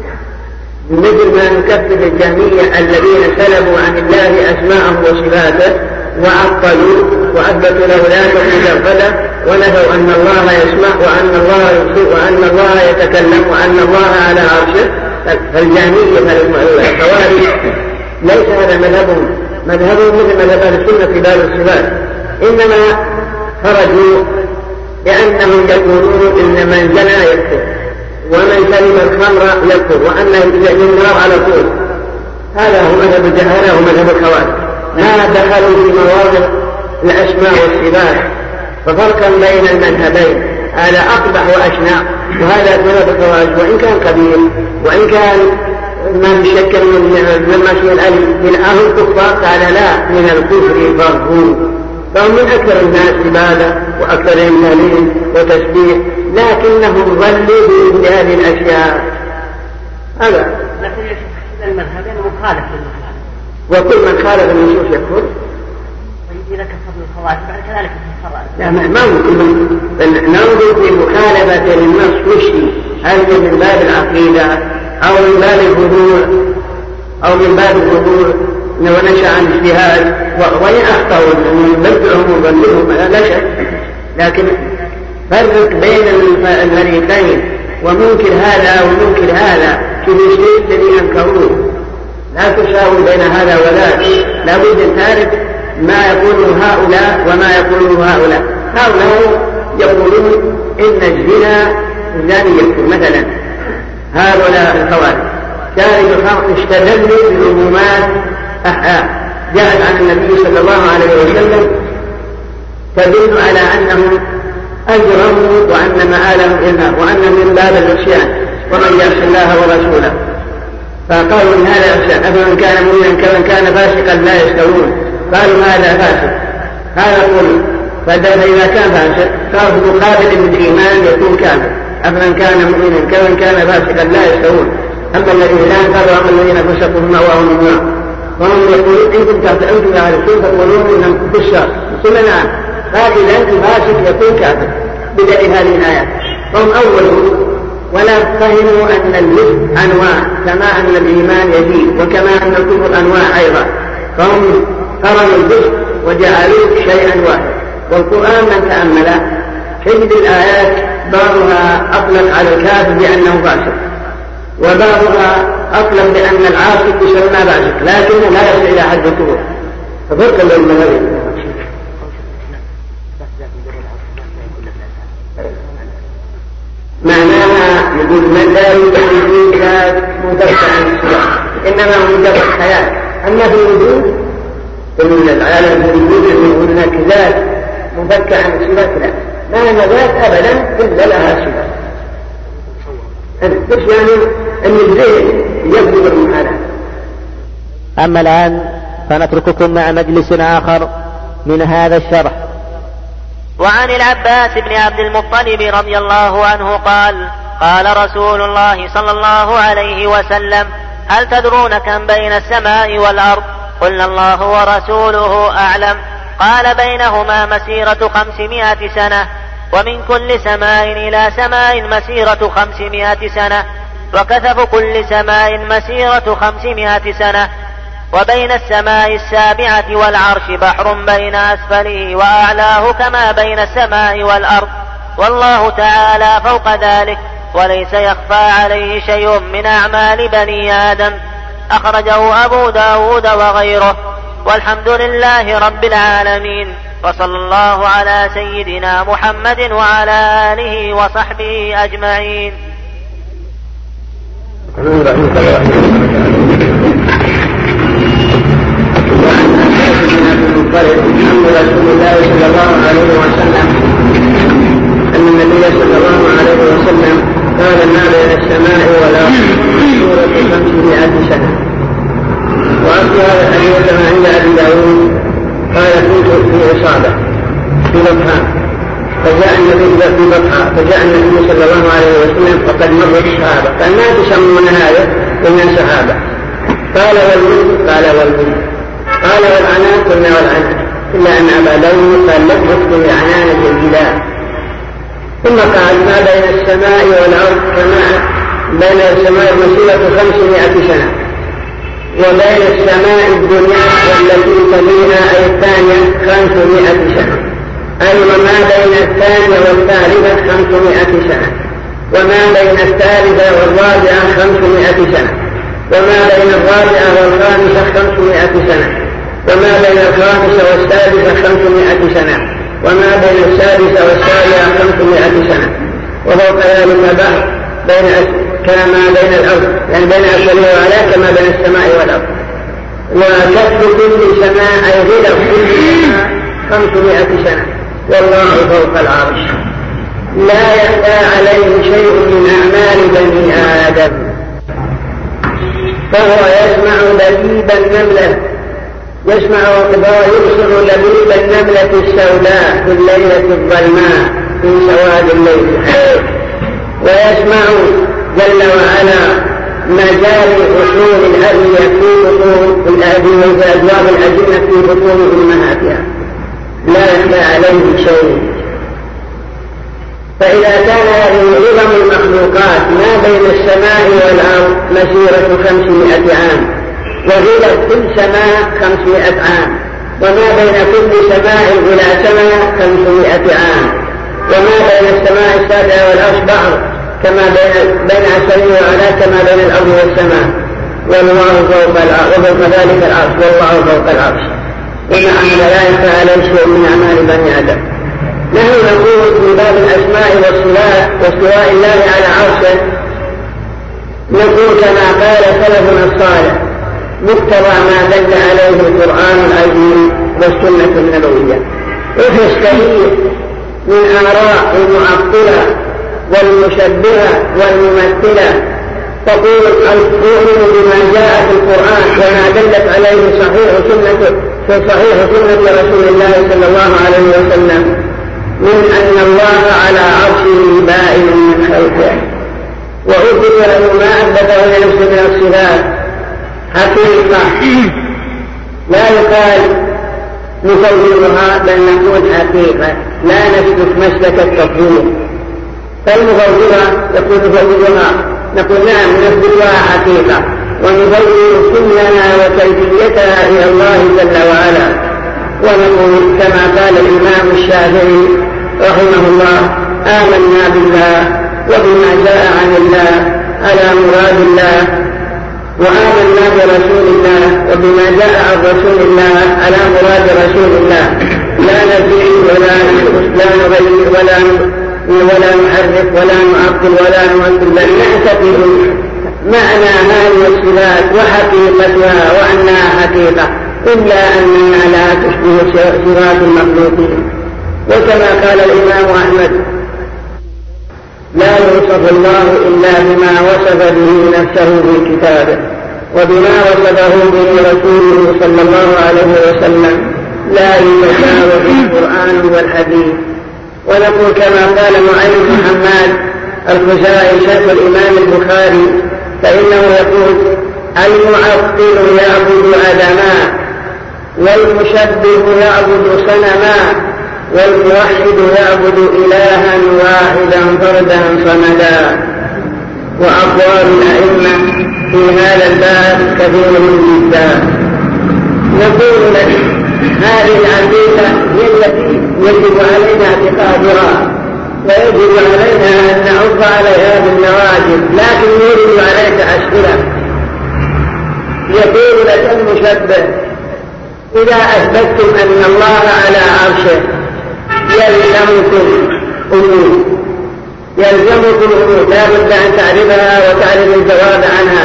مثل ما نكفر الجهمية الذين سلبوا عن الله أسماءه وصفاته وعطلوا وأثبتوا له لا تجربة ونهوا أن الله يسمع وأن الله يبصر وأن الله يتكلم وأن الله على عرشه. فالجهمية الخوارج ليس هذا مذهبهم مثل مذهب أهل السنة في باب الصفات، إنما خرجوا لأنهم يقولون إن من زنى يكفر ومن شرب الخمر يكفر وأنه النار على طول. هذا هو مذهب الجهالة ومذهب الخوارج، ما دخلوا في مواضع الأسماء والصفات. ففرقا بين المذهبين هذا أقبح وأشنع، وهذا مذهب الخوارج وإن كان كبير وإن كان ما يشكل من ماشي الألف من أهل الكفار قال لا من الكفر فرهم، فهم من أكثر الناس عبادة وأكثرهم تهليل وتسبيح، لكنهم ظلوا بهذه الأشياء. هذا لكن المذهبين مخالف للمخالف، وكل من خالف النصوص يكفر. إذا كفر الخوارج بعد كذلك كفر. لا ما ممكن ننظر في مخالفة للنص وشي، هل من باب العقيدة أو من باب الفضول أو من باب الفضول ونشأ عن اجتهاد وإن أخطأوا نبدعهم وظلهم لا شك، لكن فرق بين المريقين ومنكر هذا ومنكر هذا في الشيء الذي أنكروه، لا تساوي بين هذا وذاك، لا بد أن تعرف ما يقوله هؤلاء وما يقوله هؤلاء. هؤلاء يقولون إن الزاني يكفر مثلا، هؤلاء الخوارج شارب الخمر استدلوا بالعمومات جاءت عن النبي صلى الله عليه وسلم تدل على أنهم أجرموا وأن مآلهم إلى النار وأن من باب العصيان ومن يعص الله ورسوله. فقالوا إن هذا عصيان، أفمن كان مؤمنا كمن كان فاسقا لا يستوون، قالوا هذا فاسق هذا قل، فإذا كان فاسق صار مقابل بالإيمان يكون كامل. أفمن كان مؤمنا كمن كان فاسقا لا يستوون، أما الذين لا ينفروا أما الذين فسقوا مأواهم النار. وهم يقولون إن كنت أنتم على السنة تقولون إنهم كفار، قلنا نعم، قال إذا أنت فاسق يكون كافر بدليل هذه الآيات. فهم أولهم ولا فهموا أن الجزء أنواع كما أن الإيمان يزيد وكما أن الكفر أنواع أيضا، فهم قرنوا الجزء وجعلوه شيئا واحد. والقرآن من تأمل تجد الآيات بعضها أطلق على الكافر بأنه فاسق، وبعضها أطلق بأن العاصي يسمى فاسق لكنه لا يصل إلى حد الكفر. ففرق بين المذاهب. معناها يقول من لا يدعي فيه ذات مدفع عن السلاح، إنما هو مدفع حياة. أما في الوجود من العالم في الوجود هناك ذات مفكة عن الصفات، لا ما ذات أبدا إلا لها صفات. بس يعني أن الذهن يبدو بالمحالات. أما الآن فنترككم مع مجلس آخر من هذا الشرح. وعن العباس بن عبد المطلب رضي الله عنه قال: قال رسول الله صلى الله عليه وسلم: هل تدرون كم بين السماء والأرض؟ قلنا الله ورسوله أعلم. قال: بينهما مسيرة 500 سنة، ومن كل سماء إلى سماء مسيرة 500 سنة، وكثف كل سماء مسيرة 500 سنة، وبين السماء السابعة والعرش بحر بين أسفله وأعلاه كما بين السماء والأرض، والله تعالى فوق ذلك وليس يخفى عليه شيء من أعمال بني آدم. أخرجه أبو داود وغيره، والحمد لله رب العالمين، وصلى الله على سيدنا محمد وعلى آله وصحبه أجمعين. عن رسول الله صلى الله عليه وسلم أن النبي صلى الله عليه وسلم قال ما بين السماء والأرض سورة 500 سنة. وأصل هذا الحديث كما عند أبي داود قال كنت في إصابة في بطحة فجاء النبي صلى الله عليه وسلم فقد مرت الصحابة قال ما تسمون هذا إلا صحابة؟ قال والملك قال والملك قال والعنان قلنا والعنان إلا أن أبا داود قال لا تذكر العنان بالجلال. ثم قال ما بين السماء والأرض كما بين السماء مسيرة 500 سنة وبين السماء الدنيا والتي تليها أي الثانية 500 سنة أي وما بين الثانية والثالثة 500 سنة وما بين الثالثة والرابعة 500 سنة وما بين الرابعة والخامسة 500 سنة وما بين الخامسة والسادسة 500 سنة وما بين السادسة والسابعة 500 سنة وفوق ذلك بحر كما بين الأرض يعني بين أسفل وأعلى كما بين السماء والأرض. وكف كل سماء أي غلف كل سماء 500 سنة والله فوق العرش لا يخفى عليه شيء من أعمال بني آدم فهو يسمع لبيب النملة يبصر لبيب النملة السوداء في الليلة الظلماء في سواد الليل ويسمع جل وعلا مجاري أصول الأبية في بطون الأبية وأجواب الأجنة في بطون أمهاتها لا يخفى عليه شيء. فإذا كان هذه عظم المخلوقات ما بين السماء والأرض مسيرة 500 عام وغلب كل سماء 500 عام وما بين كل سماء إلى سماء 500 عام وما بين السماء السابعة والعرش بعض كما بين أسفل وأعلى كما بين الأرض والسماء والله فوق العرش وفوق ذلك العرش والله فوق العرش ومع لا يخفى عليه شيء من أعمال بني آدم. نحن نقول من باب الأسماء والصفات واستواء الله على عرشه نقول كما قال سلفنا الصالح مقتضى ما دل عليه القرآن العظيم والسنة النبوية وفي الصحيح من آراء المعطلة والمشبهة والممثلة تقول القرآن بما جاء في القرآن وما دلت عليه صحيح سنة رسول الله صلى الله عليه وسلم من أن الله على عرشه بائن من خلقه وأثبت له ما أثبته لنفسه من الصفات حقيقة لا يقال نفوضها بل نقول حقيقة لا نسلك مسلك التفويض فالمفوضها يقول نفوضها نقول نعم نثبتها حقيقة ونفوض سننا وكيفيتها إلى الله جل وعلا ونقول كما قال الإمام الشافعي رحمه الله آمنا بالله وبما جاء عن الله على مراد الله وآمنا برسول الله وبما جاء عن رسول الله على مراد رسول الله لا نزيد ولا نغير ولا نحرف ولا نعطل ولا نمثل بل نعتقد معنى هذه الصفات وحقيقتها وأنها حقيقة إلا أننا لا تشبه صفات المخلوقين. وكما قال الإمام أحمد لا يوصف الله إلا بما وصف به نفسه في كتابه وبما وصفه به رسوله صلى الله عليه وسلم لا يتجاوز القرآن والحديث. ونقول كما قال معين محمد الخزاعي شيخ الإمام البخاري فإنه يقول المعطل يعبد آدما والمشبه يعبد صنما والموحد يعبد إلها واحدا فردا صمدا. وأقوال الأئمة في هذا الباب كثير جدا. نقول لك هذه العقيدة هي التي يجب علينا اعتقادها ويجب علينا أن نعض عليها بالنواجذ لكن يريد عليك أسئلة. يقول لك المشبه إذا أثبتتم أن الله على عرشه يلزمكم أمور لا بد أن تعرفها وتعرف الجواب عنها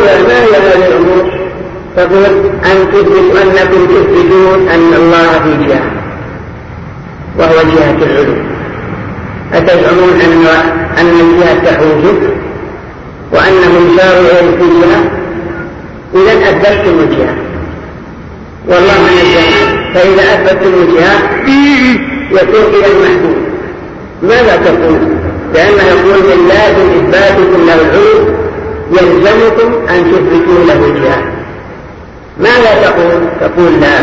ما هي هذه الأمور؟ تقول أنكم تثبتون أن الله في جهة وهو جهة العلو، أتزعمون أن الجهة تحوزه وأنه يسار إلى الجهة؟ إذا أثبتتم الجهة والله نزل. فإذا أثبتتم الجهة يكون إلى المحدود. ماذا تقول؟ لأنه يقول من لازم إثباتكم له العلو يلزمكم أن تثبتوا له الجهة. ماذا تقول؟ تقول لا،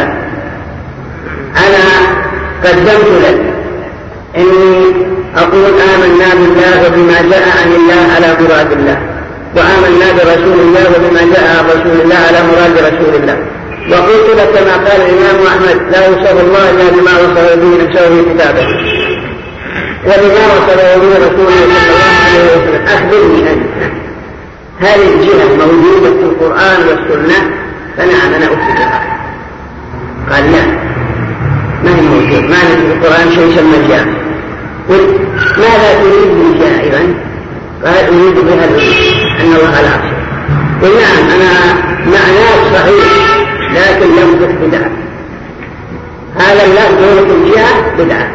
أنا قدمت لك إني أقول آمنا بالله وبما جاء عن الله على مراد الله، وآمنا برسول الله وبما جاء عن رسول الله على مراد رسول الله، وقلت لك كما قال الإمام أحمد لا يوصف الله إلا بما وصف به نفسه في كتابه وبما وصف به رسوله صلى الله عليه وسلم. أخبرني أنت هذه الجهة موجودة في القرآن والسنة؟ فنعم أنا أثبتها. قال لا، ما هي موجود، ما نجد في القرآن شيء يسمى الجهة. قلت ماذا تريد بالجهة إذن؟ قال أريد بها أن الله على عرشه. قل نعم أنا معناه صحيح لكن لفظ بدعة. هذا اللفظ الجهة بدعة،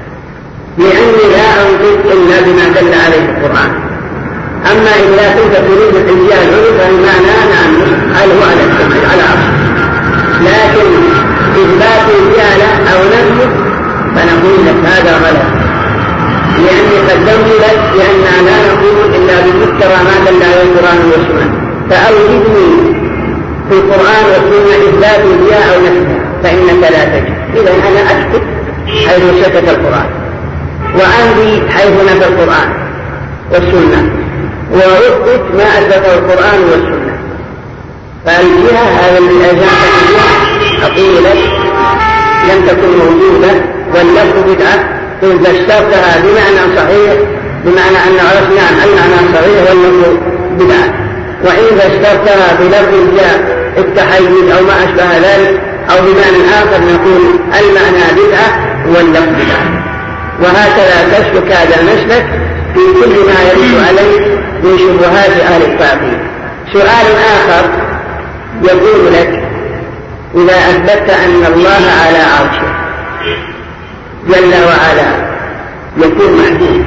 لأني لا أنطق إلا بما دل عليه القرآن. أما إذا كنت تريد الجهة العلو فالمعنى نعم هل هو على السمع على عرشه، لكن إثبات الجهة أو نفسه فنقول لك هذا غلط، لأني قدمت لك لأننا لا نقول إلا بمستوى ما دل عليه القرآن والسنة. فأوجدني في القرآن والسنة إثبات الجهة أو نفسها فإنك لا تجد. إذا أنا أثبت حيث سكت القرآن وأنبي حيث نفى القرآن والسنة وأثبت ما أثبته القرآن والسنة. فالجهة هذا الذي أجابت الجهة أقول لك لم تكن موجودة واللفظ بدعة. إذا اشترتها بمعنى صحيح بمعنى أن عرفنا عن المعنى صحيح واللفظ بدعة، وإذا اشترتها بلفظ الجاء التحيز أو ما أشبه ذلك أو بمعنى آخر نقول المعنى بدعة واللفظ بدعة. وهكذا تسلك هذا المسلك في كل ما يرد عليه من شبهات أهل التعطيل. سؤال آخر يقول لك إذا أثبت أن الله على عرشه جل وعلا يكون محدود،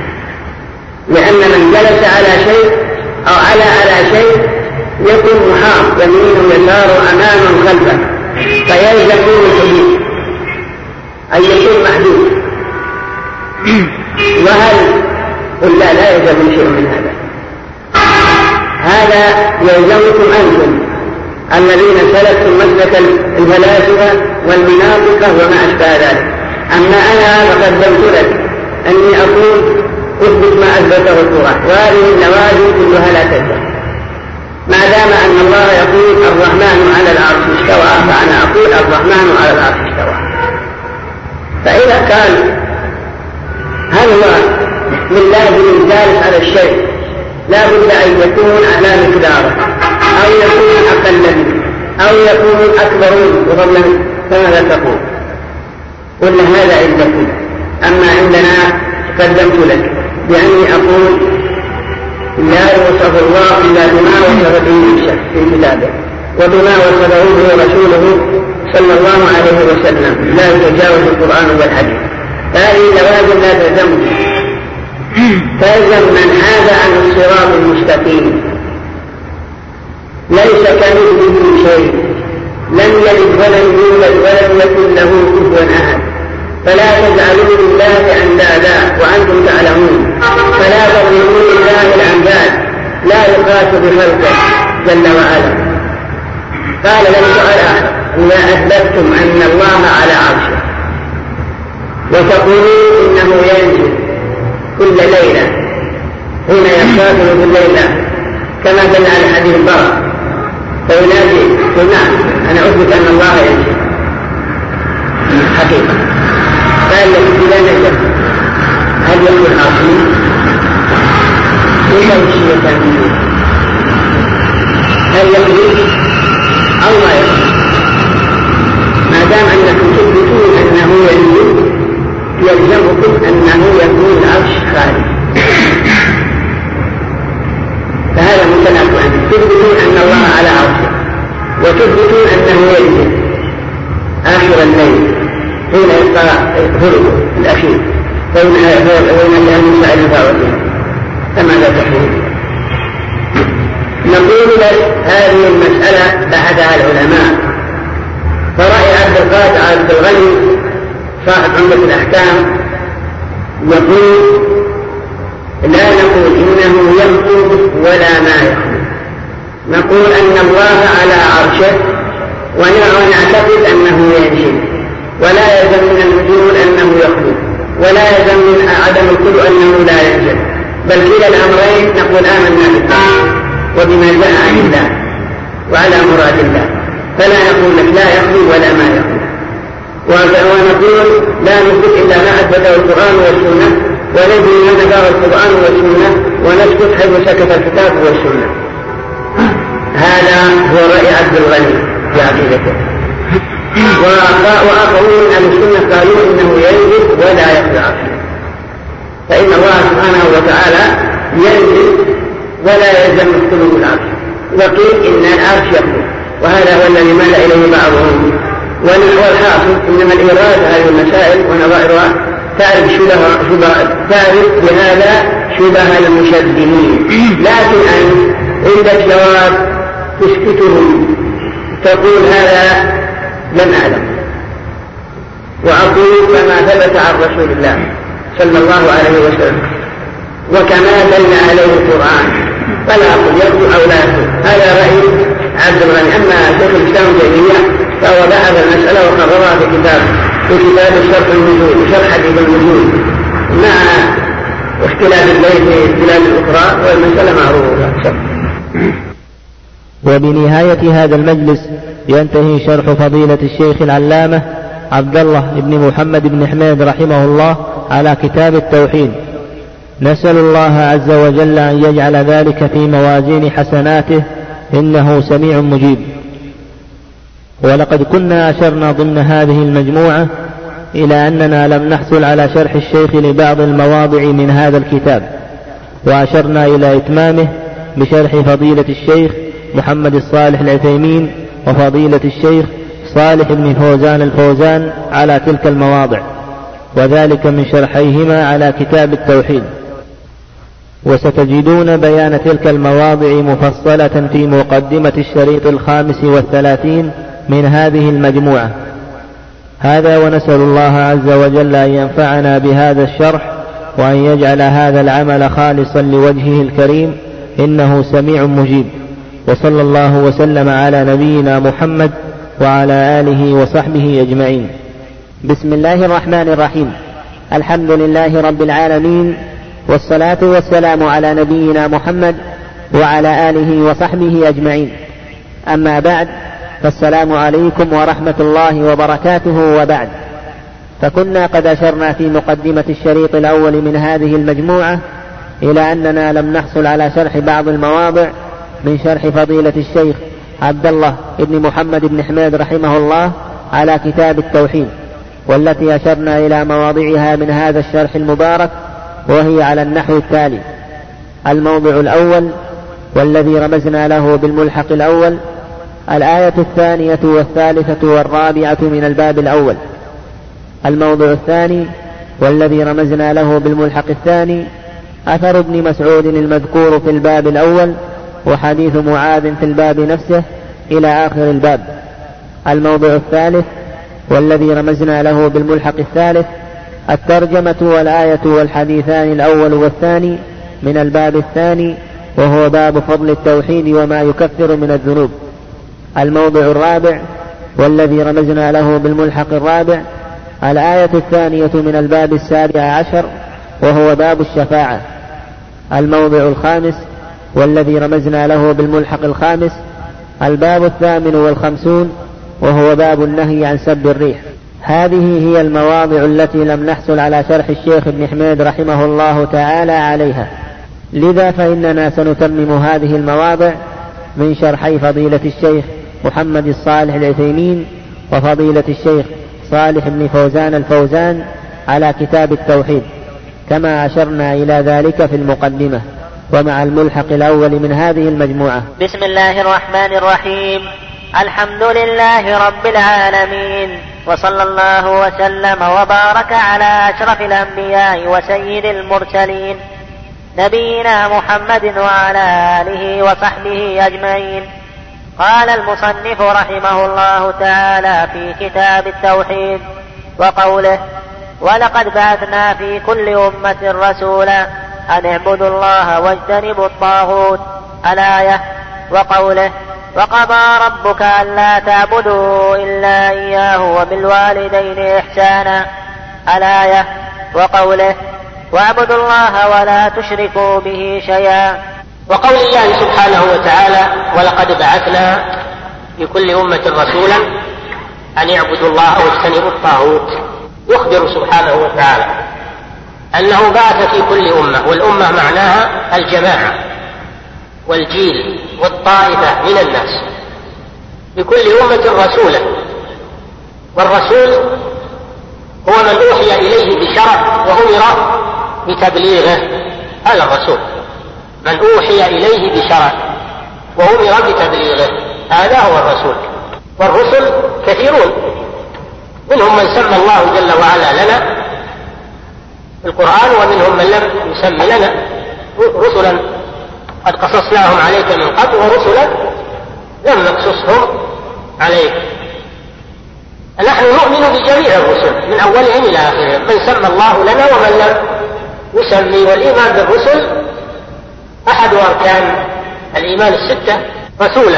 لأن من جلس على شيء أو على شيء يكون محاط يمينه يساره أمامه خلفه فيلزم الحدود أن يكون محدود. وهل قل لا يلزم شيء من هذا؟ هذا يلزمكم أنتم الذين سلكتم مسلك الفلاسفة والمناطق وما أشبه ذلك. أما أنا فقدمت لك أني أقول أثبت ما أثبته القرآن، وهذه النوازل كلها لا تلزم. ما دام أن الله يقول الرحمن على العرش استوى فأنا أقول الرحمن على العرش استوى. فإذا كان هل هو من لازم جالس على الشيء لا بد أن يكون على مقداره أو يكون أقل منه أو يكون أكبر منه، فماذا تقول؟ قلنا هذا عندكم. أما عندنا قدمت لك بأني أقول لا يوصف الله إلا بما وصف به نفسه في كتابه وبما وصفه به رسوله صلى الله عليه وسلم، لا يتجاوز القرآن والحديث. هذه لوازم لا تلزم، تلزم من حاد عن الصراط المستقيم. ليس كمثله شيء، لم يلد ولم يولد ولم يكن له كفوا أحد. فلا تجعلوا لله أندادا وأنتم تعلمون، فلا تظلموا لله الأنداد لا يقاس بخلقه جل وعلا. قال لم سؤال آخر إذا أثبتتم أن الله على عرشه وتقولون إنه ينزل كل ليلة حين يقاتل في الليلة كما دل على حديث البراء فينادي نعم أنا أثبت أن الله ينزل حقيقة. قال لك إذا نزل هل يكون عظيم؟ إذا الشيء ثاني هل يخرج أو ما يخرج؟ ما دام أنكم تثبتون أنه ينزل يلزمكم أنه يكون العرش خارج، فهذا متناقض. تثبتون أن الله على عرشه، وتثبتون أنه ينزل آخر الليل حين يبقى هرب الأخير وينزل موسى إلى الفاوتين، فماذا تقول؟ نقول لك هذه المسألة بحثها العلماء، فرأي عبد القادر عبد الغني صاحب عمدة الأحكام يقول لا نقول إنه ينقض ولا ما يخلو، نقول أن الله على عرشه ونعتقد أنه ينزل، ولا يلزم من النزول أنه يخلو، ولا يلزم من عدم الخلو أنه لا ينزل، بل كلا الأمرين نقول آمنا بالله وبما جاء عن الله وعلى مراد الله، فلا نقول لك لا يخلو ولا ما يخلو، ونقول لا نثبت إلا ما أثبته القرآن والسنة، ونجري ما نفاه القرآن والسنة، ونسكت حيث سكت الكتاب والسنة. هذا هو رأي عبد الغني في عقيدته. وآخرون من السنة قالوا إنه ينزل ولا يخلو عرشه، فإن الله سبحانه وتعالى ينزل ولا يلزم الخلو العرش، وقيل إن العرش يخلو، وهذا هو الذي مال إليه بعضهم. والحاصل إنما الإيراد هذه المسائل ونظائرها تعرف بهذا شبه المشبهين، لكن أن عندك جواب تسكتهم تقول هذا لم أعلم، وأقول كما ثبت عن رسول الله صلى الله عليه وسلم وكما دل عليه القرآن، فلا أقول يخلو أو لا يخلو. هذا رأي عبد الغني. أما شيخ الإسلام تيمية فهو بحث المسألة وقررها في كتاب شرح النزول شرح حديث النزول مع اختلاف الليل في اختلاف الأخرى، والمسألة معروفة. وبنهاية هذا المجلس ينتهي شرح فضيلة الشيخ العلامة عبد الله بن محمد بن حميد رحمه الله على كتاب التوحيد. نسأل الله عز وجل أن يجعل ذلك في موازين حسناته، إنه سميع مجيب. ولقد كنا أشرنا ضمن هذه المجموعة إلى أننا لم نحصل على شرح الشيخ لبعض المواضع من هذا الكتاب، وأشرنا إلى إتمامه بشرح فضيلة الشيخ محمد الصالح العثيمين وفضيلة الشيخ صالح بن فوزان الفوزان على تلك المواضع، وذلك من شرحيهما على كتاب التوحيد. وستجدون بيان تلك المواضع مفصلة في مقدمة الشريط 35 من هذه المجموعة. هذا، ونسأل الله عز وجل أن ينفعنا بهذا الشرح، وأن يجعل هذا العمل خالصا لوجهه الكريم، إنه سميع مجيب. وصلى الله وسلم على نبينا محمد وعلى آله وصحبه أجمعين. بسم الله الرحمن الرحيم. الحمد لله رب العالمين، والصلاة والسلام على نبينا محمد وعلى آله وصحبه أجمعين. أما بعد، فالسلام عليكم ورحمة الله وبركاته. وبعد، فكنا قد أشرنا في مقدمة الشريط الأول من هذه المجموعة إلى أننا لم نحصل على شرح بعض المواضع من شرح فضيلة الشيخ عبد الله بن محمد بن حميد رحمه الله على كتاب التوحيد، والتي أشرنا إلى مواضعها من هذا الشرح المبارك، وهي على النحو التالي: الموضع الأول والذي رمزنا له بالملحق الأول، الآية 2 والثالثة والرابعة من الباب الأول. الموضع الثاني والذي رمزنا له بالملحق الثاني، أثر ابن مسعود المذكور في الباب الأول، وحديث معاذ في الباب نفسه إلى آخر الباب. الموضع الثالث والذي رمزنا له بالملحق الثالث، الترجمة والآية والحديثان الأول والثاني من الباب الثاني، وهو باب فضل التوحيد وما يكفر من الذنوب. الموضع الرابع والذي رمزنا له بالملحق الرابع، الآية 2 من الباب 17، وهو باب الشفاعة. الموضع الخامس والذي رمزنا له بالملحق الخامس، الباب 58، وهو باب النهي عن سب الريح. هذه هي المواضع التي لم نحصل على شرح الشيخ ابن حميد رحمه الله تعالى عليها، لذا فإننا سنتمم هذه المواضع من شرحي فضيلة الشيخ محمد الصالح العثيمين وفضيلة الشيخ صالح بن فوزان الفوزان على كتاب التوحيد، كما أشرنا إلى ذلك في المقدمة. ومع الملحق الأول من هذه المجموعة. بسم الله الرحمن الرحيم. الحمد لله رب العالمين، وصلى الله وسلم وبارك على أشرف الأنبياء وسيد المرسلين نبينا محمد وعلى آله وصحبه أجمعين. قال المصنف رحمه الله تعالى في كتاب التوحيد وقوله: ولقد بعثنا في كل أمة رسولا أن اعبدوا الله واجتنبوا الطاغوت الآية. وقوله: وقضى ربك ألا تعبدوا إلا إياه وبالوالدين إحسانا الآية. وقوله: واعبدوا الله ولا تشركوا به شيئا. وقول الله سبحانه وتعالى: ولقد بعثنا في كل أمة رسولا أن يعبدوا الله واجتنبوا الطاغوت، يخبر سبحانه وتعالى أنه بعث في كل أمة، والأمة معناها الجماعة والجيل والطائفة من الناس، في كل أمة رسولا. والرسول هو من أوحي إليه بشرع وأمر بتبليغه، هذا الرسول من أوحي إليه بشرع وأمر بتبليغه، هذا هو الرسول. والرسل كثيرون، منهم من سمى الله جل وعلا لنا في القرآن، ومنهم من لم يسمي لنا، رسلا قد قصصناهم عليك من قبل ورسلا لم نقصصهم عليك. نحن نؤمن بجميع الرسل من أولهم إلى آخرهم، من سمى الله لنا ومن لم يسمي. والإيمان بالرسل أحد أركان الإيمان الستة، رسولا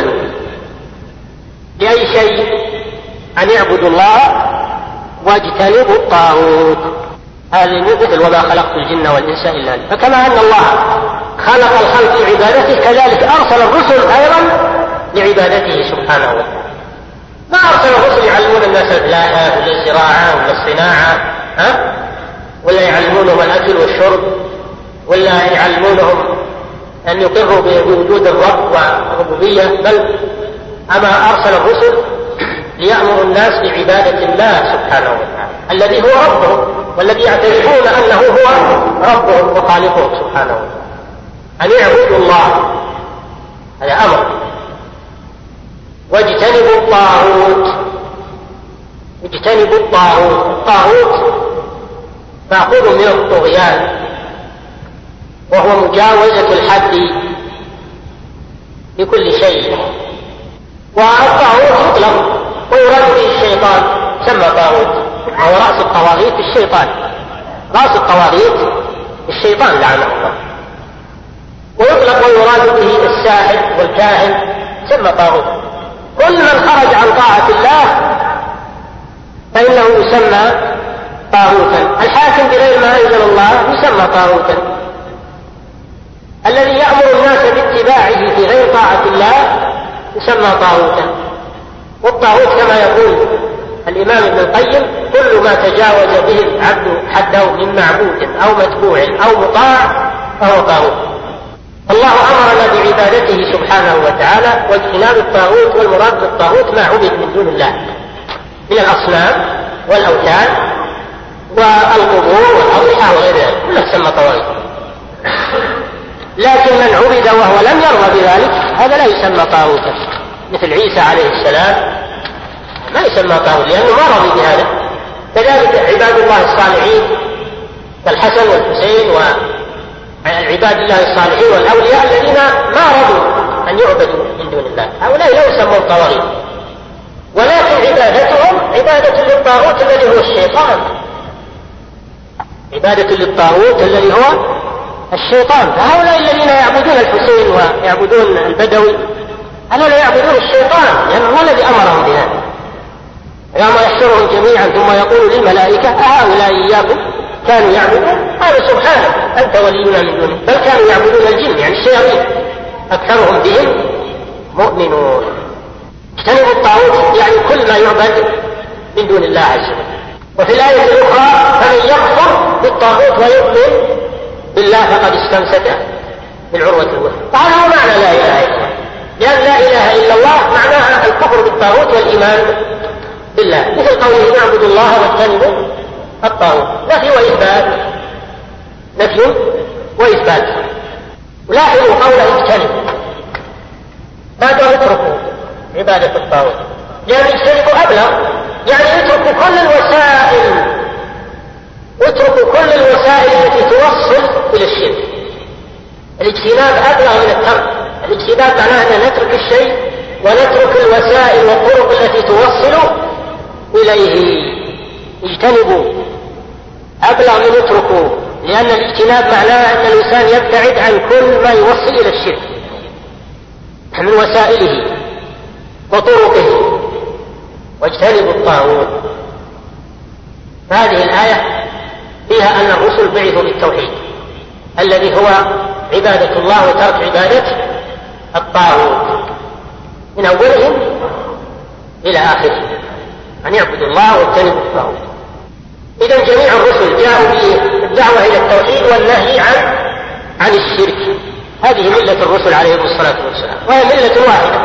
لأي شيء أن يعبدوا الله واجتنبوا الطاغوت، هذه مثل وما خلقت الجن والإنس إلا لي. فكما أن الله خلق الخلق لعبادته، كذلك أرسل الرسل أيضا لعبادته سبحانه وتعالى. ما أرسل الرسل يعلمون الناس الفلاحة ولا الزراعة ولا الصناعة، ولا يعلمونهم الأكل والشرب، ولا يعلمونهم أن يقروا بوجود الرب والربوبية، بل أما أرسل الرسل ليأمر الناس بعبادة الله سبحانه وتعالى الذي هو ربهم، والذي يعترفون أنه هو ربهم وخالقهم سبحانه وتعالى، أن يعبدوا الله، هذا أمر. واجتنبوا الطاغوت، اجتنبوا الطاغوت. الطاغوت مأخوذ من الطغيان، وهو مجاوزة الحد لكل شيء. والطاغوت يطلق ويراد به الشيطان، سمى طاغوت، وهو رأس الطواغيت الشيطان، رأس الطواغيت الشيطان لعنه الله. ويطلق ويراد به الساحر والكاهن، سمى طاغوت. كل من خرج عن طاعة الله فإنه يسمى طاغوتا. الحاكم بغير ما أنزل الله يسمى طاغوتا. الذي يأمر الناس باتباعه في غير طاعة الله يسمى طاغوتا. والطاغوت كما يقول الإمام ابن القيم: كل ما تجاوز به العبد حده من معبود أو متبوع أو مطاع فهو طاغوت. الله أمرنا بعبادته سبحانه وتعالى واجتناب الطاغوت، والمراد بالطاغوت ما عبد من دون الله من الأصنام والأوثان والقبور والأضرحة وغير ذلك، كلها تسمى طواغيت. لكن من عبد وهو لم يرضى بذلك هذا لا يسمى طاغوتا، مثل عيسى عليه السلام ما يسمى طاغوت لأنه ما رضي بهذا. كذلك عباد الله الصالحين كالحسن والحسين وعباد الله الصالحين والأولياء الذين ما رضوا أن يعبدوا من دون الله، هؤلاء لا يسمون طواغيت، ولكن عبادتهم عبادة للطاغوت الذي هو الشيطان، عبادة للطاغوت الذي هو الشيطان. فهؤلاء الذين يعبدون الحسين ويعبدون البدوي هؤلاء يعبدون الشيطان، لأنه هو الذي أمرهم بذلك. يوم يحشرهم جميعا ثم يقول للملائكة: أهؤلاء إياكم كانوا يعبدون؟ قالوا: سبحانك أنت ولينا من دونه، بل كانوا يعبدون الجن، يعني الشياطين، أكثرهم بهم مؤمنون. اجتنبوا الطاغوت يعني كل ما يعبد من دون الله عز وجل. وفي الآية الأخرى: فمن يكفر بالطاغوت ويؤمن بالله فقد استمسك بالعروة الوثقى. فهذا هو معنى لا إله إلا الله، لأن لا إله إلا الله معناها الكفر بالطاغوت والإيمان بالله، مثل قوله: نعبد الله واجتنبوا الطاغوت. نفي وإثبات، نفي وإثبات. ولاحظوا قوله اجتنبوا، ما دام اتركوا عبادة الطاغوت، لأن اجتنبوا أبلغ، يعني اتركوا كل الوسائل، اتركوا كل الوسائل التي توصل إلى الشرك. الاجتناب أبلغ من الترك. الاجتناب معناه أن نترك الشيء ونترك الوسائل والطرق التي توصل إليه. اجتنبوا أبلغ من اتركوا، لأن الاجتناب معناه أن الإنسان يبتعد عن كل ما يوصل إلى الشرك من وسائله وطرقه. واجتنبوا الطاغوت. هذه الآية فيها أن الرسل بعثوا بالتوحيد الذي هو عبادة الله وترك عبادة الطاغوت من أولهم إلى آخرهم، أن يعبدوا الله واجتنبوا الطاغوت. إذن جميع الرسل جاءوا بالدعوة إلى التوحيد والنهي عن الشرك. هذه ملة الرسل عليهم الصلاة والسلام، وهي ملة واحدة،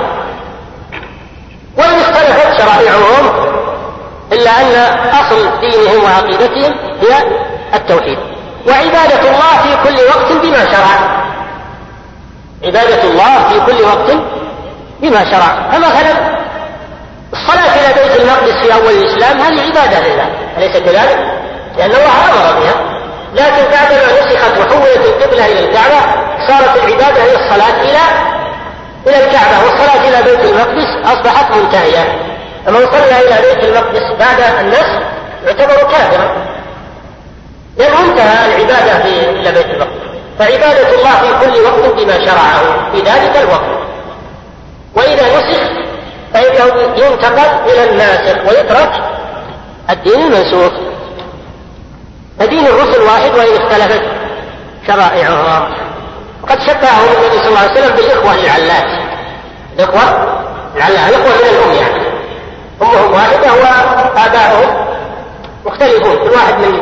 وإن اختلفت شرائعهم إلا أن أصل دينهم وعقيدتهم هي التوحيد وعبادة الله في كل وقت بما شرع. عبادة الله في كل وقت بما شرع. فمثلا الصلاة إلى بيت المقدس في أول الإسلام هذه عبادة لله، أليس كذلك؟ لأن الله أمر بها، لكن بعدما نسخت وحولت القبلة إلى الكعبة صارت العبادة هي الصلاة إلى الكعبة، والصلاة إلى بيت المقدس أصبحت منتهية. فمن صلى إلى بيت المقدس بعد النسخ يعتبر كافرا، لأنه انتهى العبادة إلى بيت المقدس. فعبادة الله في كل وقت بما شرعه في ذلك الوقت، وإذا نسخ فإنه ينتقل إلى الناسخ ويترك الدين المنسوخ. فدين الرسل واحد وإن اختلفت شرائعها. وقد شبههم النبي صلى الله عليه وسلم بالإخوة العلات. الإخوة العلات، الإخوة من الأم يعني، أمهم واحدة وآباؤهم مختلفون، كل واحد من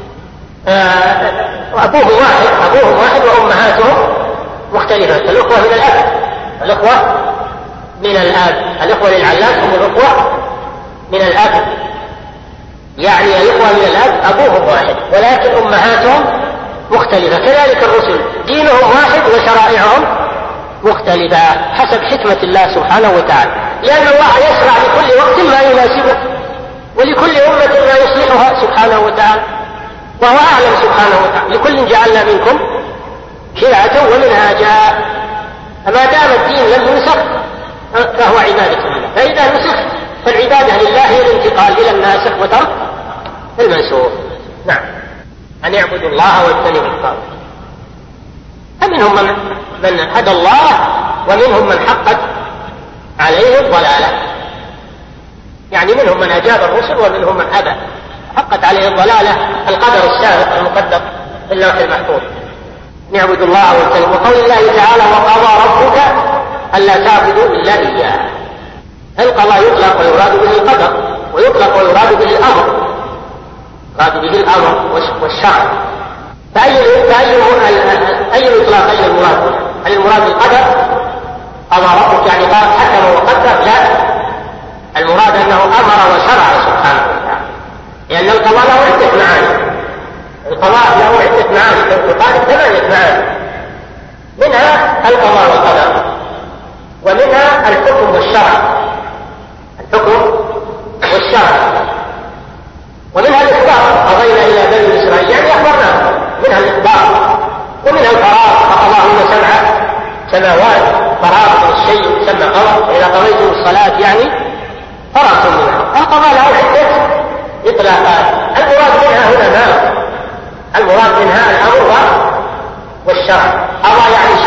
أبوهم واحد وأمهاتهم مختلفات. الإخوة من الأب، الإخوة من الآب، الإخوة للعلات هم الإخوة من الآب، يعني الإخوة من الآب أبوهم واحد ولكن أمهاتهم مختلفة. كذلك الرسل دينهم واحد وشرائعهم مختلفة حسب حكمة الله سبحانه وتعالى، لأن الله يشرع لكل وقت ما يناسبه ولكل أمة ما يصلحها سبحانه وتعالى، وهو أعلم سبحانه وتعالى. لكل جعلنا منكم شرعة ومنهاجا. فما دام الدين لم ينسخ فهو عبادة لله، فإذا نسخ فالعبادة لله هي الانتقال إلى الناسخ وترك المنسوخ. نعم، أن يعبدوا الله واجتنبوا الطاغوت. فمنهم من هدى الله ومنهم من حقت عليه الضلالة، يعني منهم من أجاب الرسل ومنهم من أبى، حقت عليه الضلالة القدر السابق المقدر في اللوح المحفوظ. نعبد الله واجتنبوا. وقول الله تعالى وقضى ربك ألا تعبدوا إلا إياه. القضاء يطلق ويراد به القدر، ويطلق ويراد به الأمر، يراد به الأمر والشرع. فأي الإطلاقين المراد؟ هل المراد القدر قضى ربك يعني قال حكم وقدر؟ لا، المراد أنه أمر وشرع سبحانه وتعالى، لأن القضاء له عدة معاني. القضاء له عدة معاني، يقال 8 معاني، منها القضاء والقدر، ومنها الحكم والشرع، الحكم والشرع، ومنها الإخبار قضينا إلى بني إسرائيل يعني أخبرناهم، منها الإخبار، ومنها القرار فقضاهن 7 سماوات، قرار من الشيء يسمى قرار، إذا قضيتم الصلاة يعني قرأتم منها. القضاء له عدة إطلاقات، المراد منها هنا ما المراد منها الأمر والشرع. قضى يعني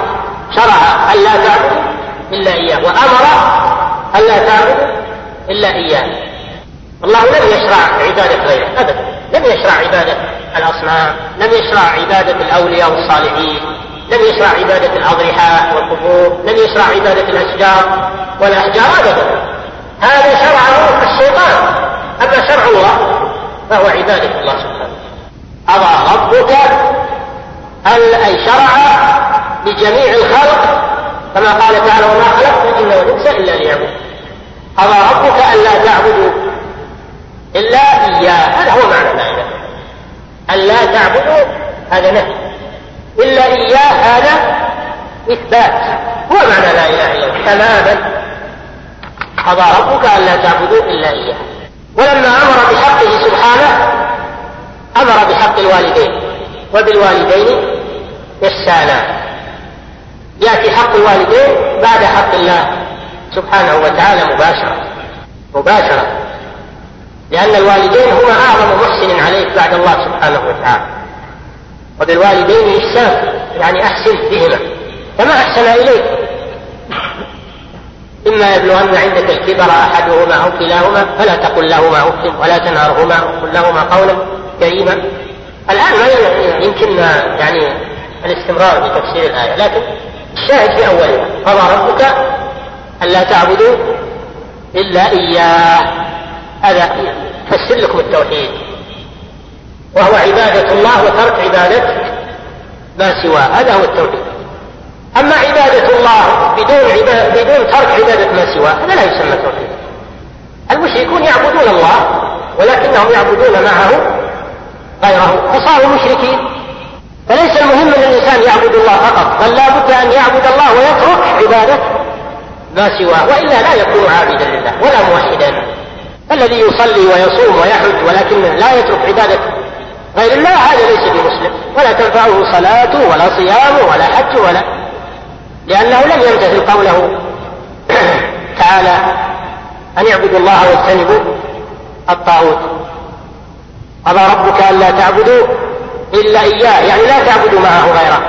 شرع ألا تعبدوا إلا إياه، وأمر ألا تعبدوا إلا إياه. الله لم يشرع عبادة غيره أبدا، لم يشرع عبادة الأصنام، لم يشرع عبادة الأولياء والصالحين، لم يشرع عبادة الأضرحة والقبور، لم يشرع عبادة الأشجار والأحجار أبدا. هذا شرعه الشيطان، أما شرع الله فهو عبادة الله سبحانه. قضى ربك أي شرع لجميع الخلق، كما قال تعالى وما خلقت الجن والإنس إلا ليعبدون. قضى ربك ألا تعبدوا إلا إياه، هذا هو معنى الآية. ألا تعبدوا هذا نهي، إلا إياه هذا إثبات، هو معنى لا إله إلا الله تماما. قضى ربك ألا تعبدوا إلا إياه. ولما أمر بحقه سبحانه أمر بحق الوالدين، وبالوالدين إحسانا. يأتي حق الوالدين بعد حق الله سبحانه وتعالى مباشرة، لأن الوالدين هما أعظم محسن عليك بعد الله سبحانه وتعالى. وبالوالدين إحسان يعني أحسن بهما كما أحسن إليك. إما يبلغن عندك الكبر أحدهما أو كلاهما فلا تقل لهما أف ولا تنهرهما وقل لهما قولا كريما. الآن ما يمكن يعني الاستمرار بتفسير الآية، لكن الشاهد في أولها قضى ربك ألا تعبدوا إلا إياه. هذا فسر لكم التوحيد، وهو عبادة الله وترك عبادة ما سواه، هذا هو التوحيد. أما عبادة الله بدون ترك عبادة ما سواه هذا لا يسمى توحيد. المشركون يعبدون الله ولكنهم يعبدون معه غيره فصاروا مشركين. فليس المهم أن الإنسان يعبد الله فقط، بل لا بد أن يعبد الله ويترك عبادة ما سواه، وإلا لا يكون عابدا لله ولا موحدا. الذي يصلي ويصوم ويحج ولكن لا يترك عبادة غير الله هذا ليس بمسلم، ولا تنفعه صلاته ولا صيامه ولا حج لأنه لم يمتثل قوله تعالى أن يعبدوا الله واجتنبوا الطاغوت. قضى ربك ألا تعبدوا إلا إياه يعني لا تعبدوا معه غيره.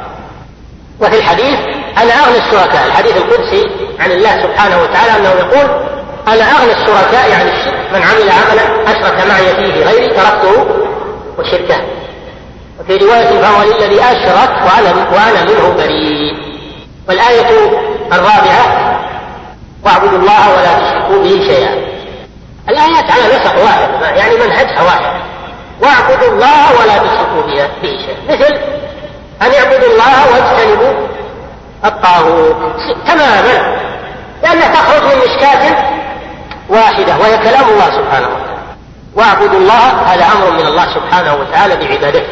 وفي الحديث أنا أغنى الشركاء، الحديث القدسي عن الله سبحانه وتعالى أنه يقول أنا أغنى الشركاء يعني الشرك، من عمل عملا أشرك معي فيه غيري تركته وشركه. وفي رواية فهو للذي أشرك وأنا منه بريء. والآية الرابعة واعبدوا الله ولا تشركوا به شيئا. الآيات على نسق واحد يعني منهجها واحد، واعبدوا الله ولا تشركوا به شيئا، مثل أن يعبدوا الله واجتنبوا الطاغوت تماما، لأنها تخرج من مشكاة واحدة وهي كلام الله سبحانه وتعالى. واعبدوا الله هذا أمر من الله سبحانه وتعالى بعبادته،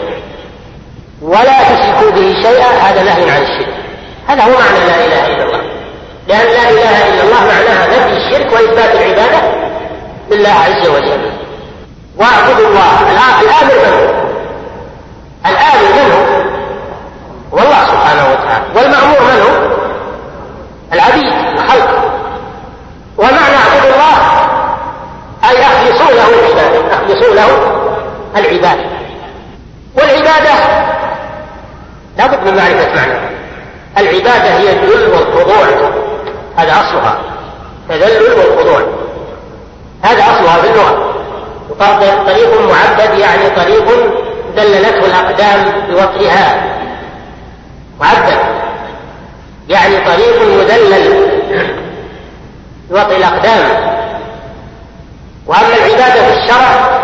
ولا تشركوا به شيئا هذا نهي عن الشرك. هذا هو معنى لا إله إلا الله، لأن لا إله إلا الله معناها نفي الشرك وإثبات العبادة لله عز وجل. واعبدوا الله الآمر من هو؟ الآمر من هو؟ والله سبحانه وتعالى. والمأمور من هو؟ العبيد الخلق. ومعنى اعبدوا الله أي أخلصوا له العبادة، أخلصوا له العبادة. والعبادة لا بد من معرفة معنى العبادة، هي الذل والخضوع، هذا أصلها تذلل والخضوع، هذا أصلها في اللغة. وقال طريق معبد يعني طريق دللته الأقدام بوطئها، معبد يعني طريق مدلل بوطئ الأقدام. وأما العبادة في الشرع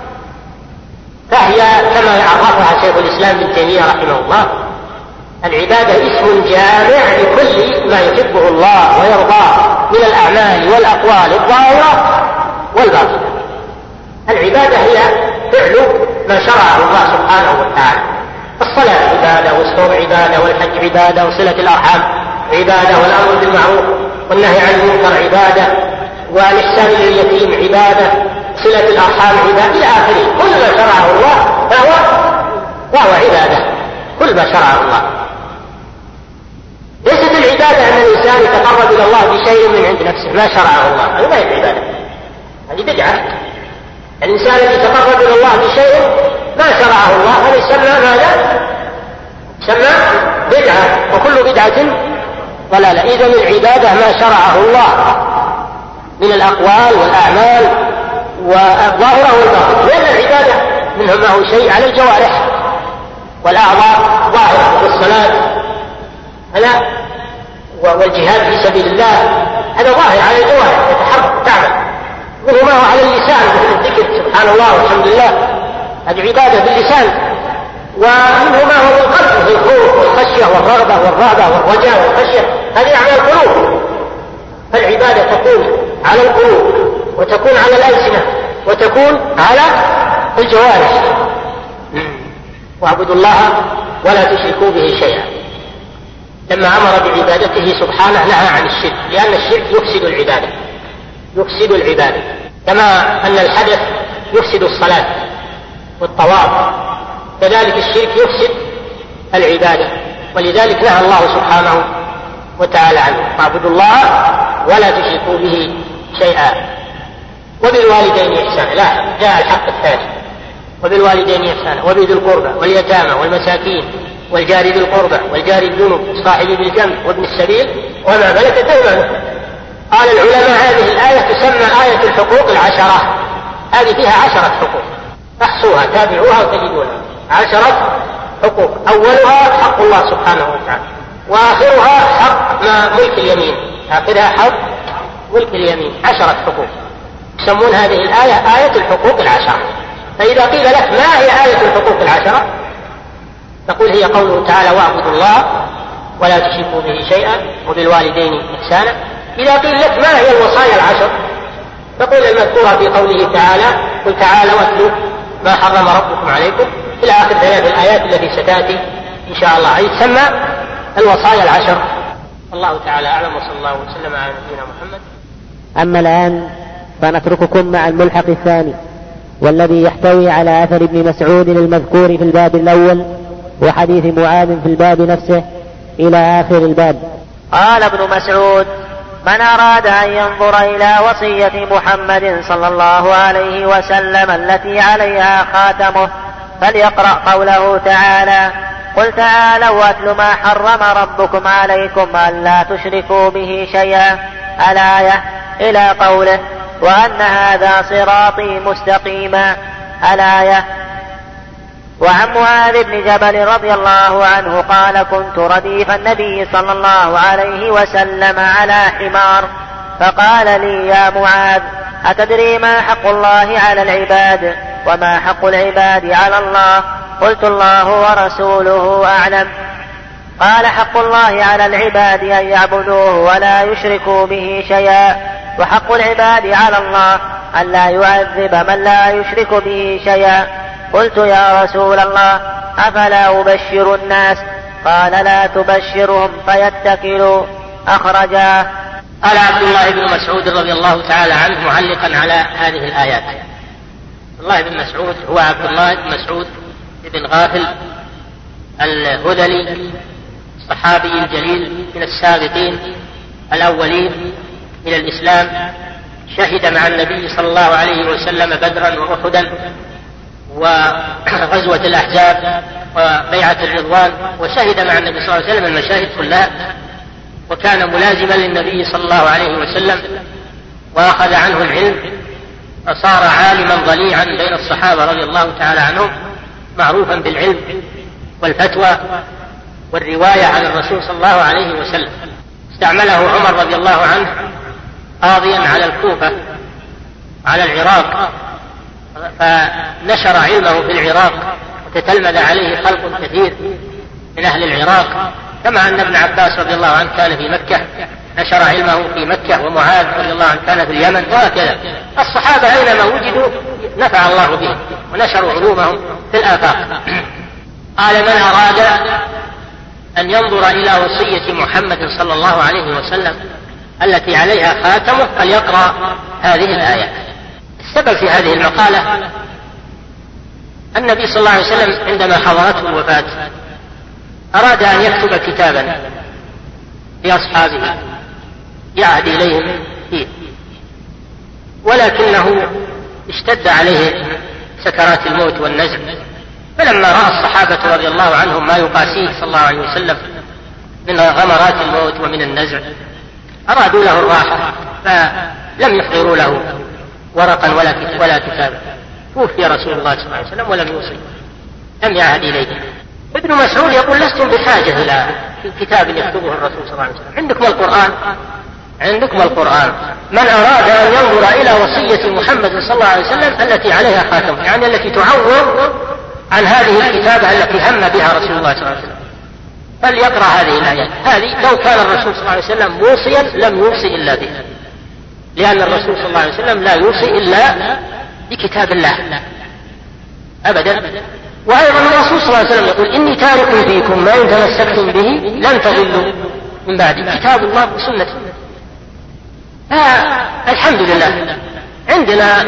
فهي كما عرفها شيخ الإسلام ابن تيمية رحمه الله، العبادة اسم جامع لكل ما يحبه الله ويرضاه من الأعمال والأقوال الظاهرة والباطنة. العبادة هي فعل ما شرعه الله سبحانه وتعالى. الصلاة عبادة، والصوم عبادة، والحج عبادة، وصلة الأرحام عبادة، والأمر بالمعروف والنهي عن المنكر عبادة، والإحسان لليتيم عبادة، صلة الأرحام عبادة إلى آخره. كل ما شرعه الله فهو عبادة، كل ما شرعه الله. ليست العبادة أن الإنسان يتقرب إلى الله بشيء من عند نفسه ما شرعه الله، هذه ما هي عبادة، هذه بدعة. الإنسان الذي يتقرب إلى الله بشيء ما شرعه الله هذا يسمى ماذا؟ يسمى بدعة، وكل بدعة ضلالة. إذن العبادة ما شرعه الله من الأقوال والأعمال والظاهرة والباطنة، لأن العبادة منها ما هو شيء على الجوارح والأعضاء ظاهرة، والصلاة هذا، والجهاد في سبيل الله هذا ظاهر على الجوارح يتحرك تعمل. منه ما هو على اللسان مثل الذكر سبحان الله والحمد لله، هذه عبادة باللسان. ومنه ما هو بالقلب مثل الخوف والخشية والرغبة والرهبة والرجاء والخشية، هذه أعمال القلوب. فالعبادة تكون على القلوب وتكون على الألسنة وتكون على الجوارح. واعبدوا الله ولا تشركوا به شيئا. لما أمر بعبادته سبحانه نهى عن الشرك، لأن الشرك يفسد العبادة كما أن الحدث يفسد الصلاة والطواف، كذلك الشرك يفسد العبادة، ولذلك نهى الله سبحانه وتعالى عنه: فاعبدوا الله ولا تشركوا به شيئا وبالوالدين إحسانا. لا، جاء الحق الثاني: وبالوالدين إحسانا وبذي القربى واليتامى والمساكين والجار ذي القربى والجار الجنب والصاحب بالجنب وابن السبيل وما ملكت أيمانكم. قال العلماء: هذه الآية تسمى آية الحقوق العشرة، هذه فيها 10 حقوق، احصوها تابعوها وتجدونها 10 حقوق. أولها حق الله سبحانه وتعالى، وآخرها حق ملك اليمين، آخرها حق ملك اليمين، 10 حقوق. يسمون هذه الآية آية الحقوق العشرة. فإذا قيل لك ما هي آية الحقوق العشرة تقول: هي قوله تعالى: واعبدوا الله ولا تشركوا به شيئا وبالوالدين إحسانا. إذا قيل لك ما هي الوصايا العشر تقول: المذكورة في قوله تعالى: قل تعالوا واتلوا ما حرم ربكم عليكم، إلى آخر 3 الآيات التي ستأتي إن شاء الله. هذه تسمى الوصايا العشر. الله تعالى أعلم، وصلى الله وسلم على نبينا محمد. أما الآن فنترككم مع الملحق الثاني، والذي يحتوي على أثر ابن مسعود المذكور في الباب الأول وحديث معاذ في الباب نفسه إلى آخر الباب. قال ابن مسعود: من أراد أن ينظر إلى وصية محمد صلى الله عليه وسلم التي عليها خاتمه فليقرأ قوله تعالى: قل تعالوا أتل ما حرم ربكم عليكم ألا تشركوا به شيئا، الآية إلى قوله: وأن هذا صراطي مستقيما، الآية. وعن معاذ بن جبل رضي الله عنه قال: كنت رديف النبي صلى الله عليه وسلم على حمار، فقال لي: يا معاذ، أتدري ما حق الله على العباد وما حق العباد على الله؟ قلت: الله ورسوله أعلم. قال: حق الله على العباد أن يعبدوه ولا يشركوا به شيئا، وحق العباد على الله أن لا يعذب من لا يشرك به شيئا. قلت: يا رسول الله، أفلا أبشر الناس؟ قال: لا تبشرهم فيتكلوا، أخرجاه. قال عبد الله بن مسعود رضي الله تعالى عنه معلقا على هذه الآيات: عبد الله بن مسعود هو عبد الله بن مسعود بن غافل الهذلي، الصحابي الجليل من السابقين الأولين إلى الإسلام، شهد مع النبي صلى الله عليه وسلم بدرا وأحدا وغزوة الأحزاب وبيعة الرضوان، وشهد مع النبي صلى الله عليه وسلم المشاهد كلها، وكان ملازما للنبي صلى الله عليه وسلم وأخذ عنه العلم، فصار عالما ضليعا بين الصحابة رضي الله تعالى عنهم، معروفا بالعلم والفتوى والرواية عن الرسول صلى الله عليه وسلم. استعمله عمر رضي الله عنه قاضيا على الكوفة على العراق، فنشر علمه في العراق وتتلمذ عليه خلق كثير من أهل العراق، كما أن ابن عباس رضي الله عنه كان في مكة نشر علمه في مكة، ومعاذ رضي الله عنه كان في اليمن، وهكذا الصحابة أينما وجدوا نفع الله بهم ونشروا علومهم في الآفاق. قال: من أراد أن ينظر إلى وصية محمد صلى الله عليه وسلم التي عليها خاتمه فليقرأ هذه الآية. السبب في هذه المقالة النبي صلى الله عليه وسلم عندما حضرته الوفاة أراد أن يكتب كتابا لأصحابه يعهد إليهم فيه، ولكنه اشتد عليه سكرات الموت والنزع، فلما رأى الصحابة رضي الله عنهم ما يقاسيه صلى الله عليه وسلم من غمرات الموت ومن النزع أرادوا له الراحة، فلم يحضروا له ورقا ولا كتابا. توفي رسول الله صلى الله عليه وسلم ولم يوصي، لم يعهد إليه. ابن مسعود يقول: لستم بحاجة إلى كتاب يكتبه الرسول صلى الله عليه وسلم، عندكم القرآن. من أراد أن ينظر إلى وصية محمد صلى الله عليه وسلم التي عليها خاتم، يعني التي تعوض عن هذه الكتابة التي هم بها رسول الله صلى الله عليه وسلم، فليقرأ هذه الآيات. هذه لو كان الرسول صلى الله عليه وسلم موصيا لم يوصي إلا بها، لأن الرسول صلى الله عليه وسلم لا يوصي إلا بكتاب الله أبدا، وأيضا الرسول صلى الله عليه وسلم يقول إني تارك فيكم ما إن تمسكتم به لن تضلوا من بعد كتاب الله وسنته. الحمد لله عندنا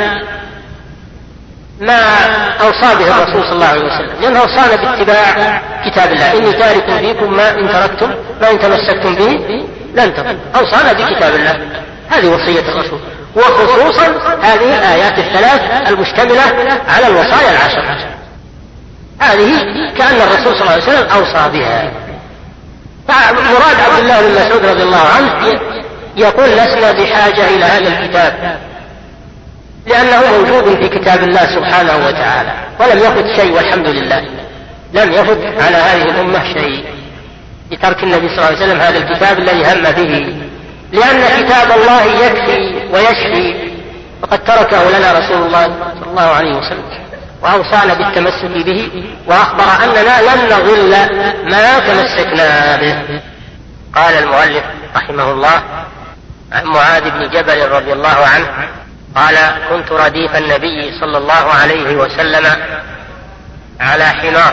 ما أوصى به الرسول صلى الله عليه وسلم، لأنه أوصانا باتباع كتاب الله. إني تارك فيكم ما إن تمسكتم به لن تضلوا. أوصانا بكتاب الله، هذه وصية الرسول، وخصوصا هذه الآيات الثلاث المشتملة على الوصايا العشر، هذه كأن الرسول صلى الله عليه وسلم أوصى بها. فمراد عبد الله بن مسعود رضي الله عنه يقول لسنا بحاجة إلى هذا الكتاب، لأنه موجود في كتاب الله سبحانه وتعالى، ولم يفت شيء والحمد لله، لم يفت على هذه الأمة شيء بترك النبي صلى الله عليه وسلم هذا الكتاب الذي هم به، لأن كتاب الله يكفي ويشفي، وقد تركه لنا رسول الله صلى الله عليه وسلم، وأوصانا بالتمسك به، وأخبر أننا لن نضل ما تمسكنا به. قال المؤلف رحمه الله عن معاذ بن جبل رضي الله عنه قال كنت رديف النبي صلى الله عليه وسلم على حمار،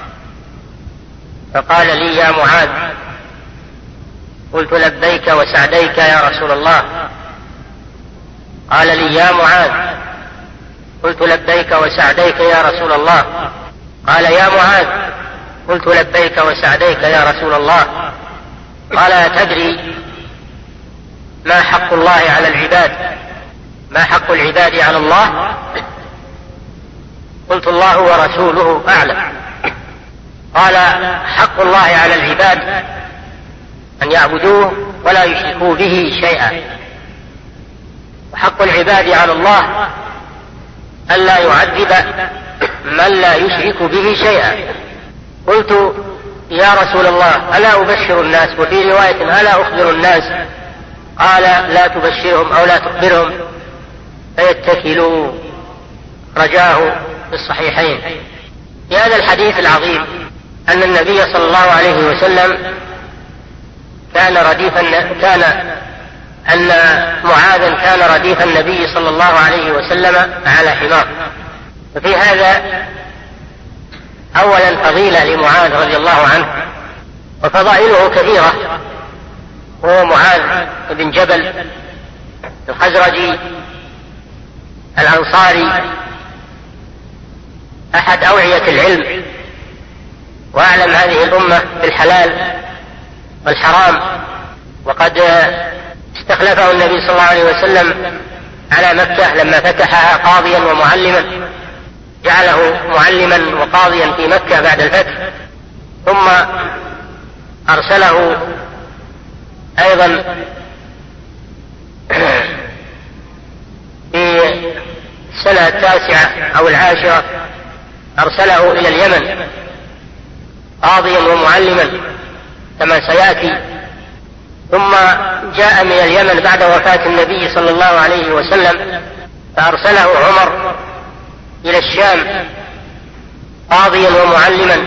فقال لي يا معاذ، قلت لبيك وسعديك يا رسول الله. قال لي يا معاذ، قلت لبيك وسعديك يا رسول الله. قال يا معاذ، قلت لبيك وسعديك يا رسول الله. قال أتدري ما حق الله على العباد؟ ما حق العباد على الله؟ قلت الله ورسوله أعلم. قال حق الله على العباد أن يعبدوه ولا يشركوا به شيئا، وحق العباد على الله ألا يعذب من لا يشرك به شيئا. قلت يا رسول الله ألا أبشر الناس؟ وفي رواية ألا أخبر الناس؟ قال لا تبشرهم أو لا تخبرهم فيتكلوا، رجاه في الصحيحين. في هذا الحديث العظيم أن النبي صلى الله عليه وسلم أن معاذا كان رديف النبي صلى الله عليه وسلم على حمار. ففي هذا أولا فضيلة لمعاذ رضي الله عنه، وفضائله كثيرة. هو معاذ بن جبل الخزرجي الأنصاري، أحد أوعية العلم وأعلم هذه الأمة بالحلال والحرام، وقد استخلفه النبي صلى الله عليه وسلم على مكة لما فتحها قاضيا ومعلما، جعله معلما وقاضيا في مكة بعد الفتح، ثم أرسله أيضا في السنة 9 أو 10 أرسله إلى اليمن قاضيا ومعلما كما سيأتي. ثم جاء من اليمن بعد وفاة النبي صلى الله عليه وسلم فأرسله عمر إلى الشام قاضيا ومعلما،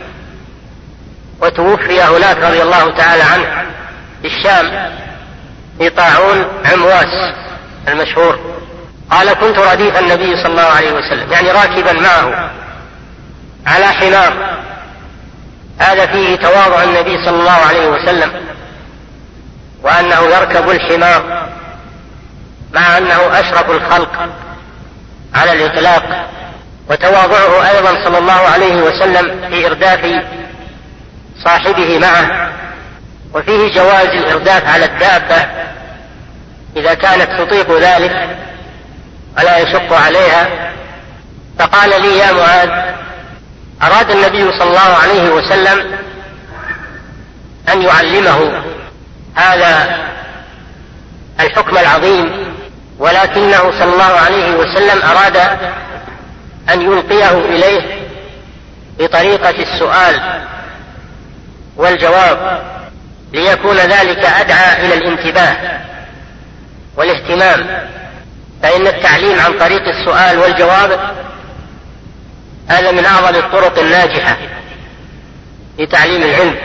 وتوفي هناك رضي الله تعالى عنه في الشام في طاعون عمواس المشهور. قال كنت رديف النبي صلى الله عليه وسلم، يعني راكبا معه على حمار. هذا فيه تواضع النبي صلى الله عليه وسلم، وأنه يركب الحمار مع أنه أشرف الخلق على الإطلاق، وتواضعه أيضا صلى الله عليه وسلم في إرداف صاحبه معه. وفيه جواز الإرداف على الدابة إذا كانت تطيق ذلك ولا يشق عليها. فقال لي يا معاذ، أراد النبي صلى الله عليه وسلم أن يعلمه هذا الحكم العظيم، ولكنه صلى الله عليه وسلم أراد أن يلقيه إليه بطريقة السؤال والجواب، ليكون ذلك أدعى إلى الانتباه والاهتمام. فإن التعليم عن طريق السؤال والجواب هذا من أعظم الطرق الناجحة في تعليم العلم،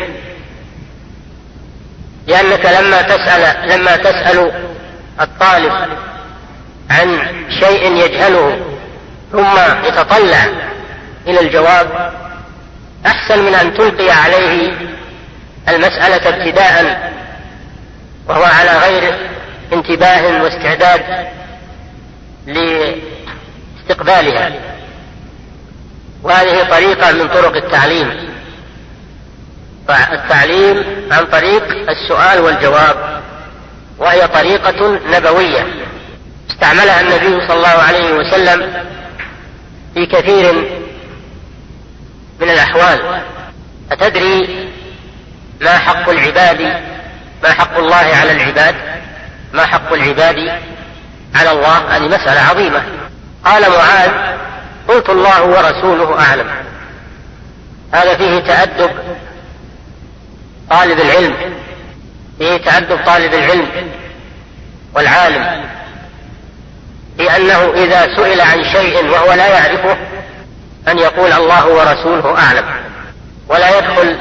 لأنك لما تسأل الطالب عن شيء يجهله ثم يتطلع إلى الجواب أحسن من أن تلقي عليه المسألة ابتداء وهو على غير انتباه واستعداد لاستقبالها. وهذه طريقة من طرق التعليم عن طريق السؤال والجواب، وهي طريقة نبوية استعملها النبي صلى الله عليه وسلم في كثير من الأحوال. أتدري ما حق العباد، ما حق الله على العباد، ما حق العباد على الله؟ هذه مسألة عظيمة. قال معاذ: قلت الله ورسوله أعلم. هذا فيه تأدب طالب العلم، فيه تأدب طالب العلم والعالم، لأنه إذا سئل عن شيء وهو لا يعرفه أن يقول الله ورسوله أعلم، ولا يدخل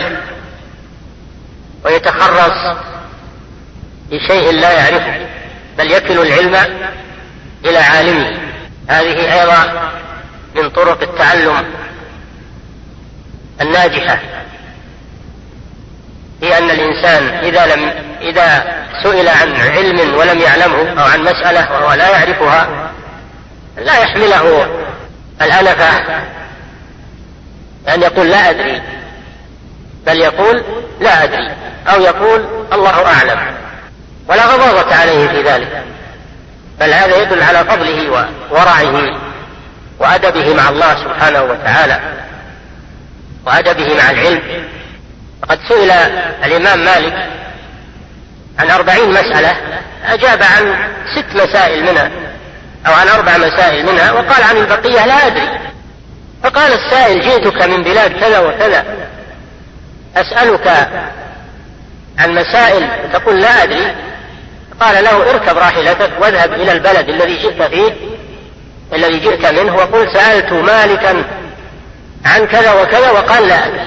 ويتخرص بشيء لا يعرفه، بل يكل العلم إلى عالمه. هذه أيضا من طرق التعلم الناجحة، هي أن الإنسان إذا سئل عن علم ولم يعلمه أو عن مسألة وهو لا يعرفها لا يحمله الأنفة أن يقول لا أدري، بل يقول لا أدري، أو يقول الله أعلم، ولا غضاضة عليه في ذلك، بل هذا يدل على فضله وورعه وأدبه مع الله سبحانه وتعالى وأدبه مع العلم. وقد سئل الإمام مالك عن 40 مسألة، أجاب عن 6 مسائل منها أو عن 4 مسائل منها، وقال عن البقية لا أدري. فقال السائل: جئتك من بلاد كذا وكذا أسألك عن مسائل تقول لا أدري. قال له: اركب راحلتك واذهب إلى البلد الذي جئت فيه الذي جئت منه وقل سألت مالكا عن كذا وكذا وقال لا أدري.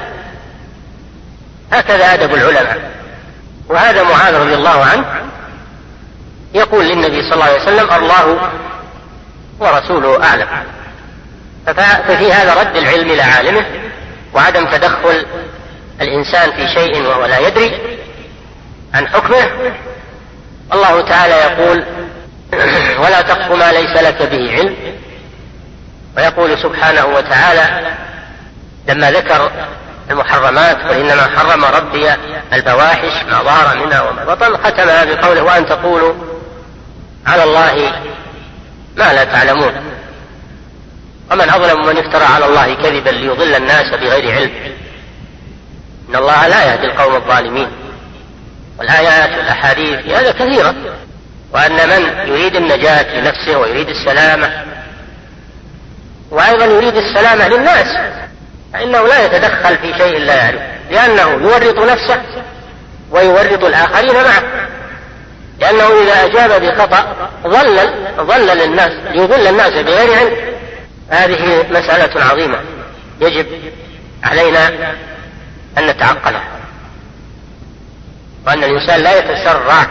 هكذا أدب العلماء. وهذا معاذ رضي الله عنه يقول للنبي صلى الله عليه وسلم: الله ورسوله أعلم. ففي هذا رد العلم إلى عالمه وعدم تدخل الإنسان في شيء وهو لا يدري عن حكمه. الله تعالى يقول: ولا تقف ما ليس لك به علم. ويقول سبحانه وتعالى لما ذكر المحرمات: وإنما حرم ربي الفواحش ما ظهر منها وما بطن، ختمها بقوله: وأن تقولوا على الله ما لا تعلمون. ومن أظلم من افترى على الله كذبا ليضل الناس بغير علم، إن الله لا يهدي القوم الظالمين. والآيات والأحاديث في هذا كثيرة. وأن من يريد النجاة لنفسه ويريد السلامة وأيضا يريد السلامة للناس فإنه لا يتدخل في شيء لا يعرف، لأنه يورط نفسه ويورط الآخرين معه، لأنه إذا أجاب بخطأ ضلل الناس ليضل الناس بغير علم. هذه مسألة عظيمة يجب علينا أن نتعقلها، وأن الإنسان لا يتسرع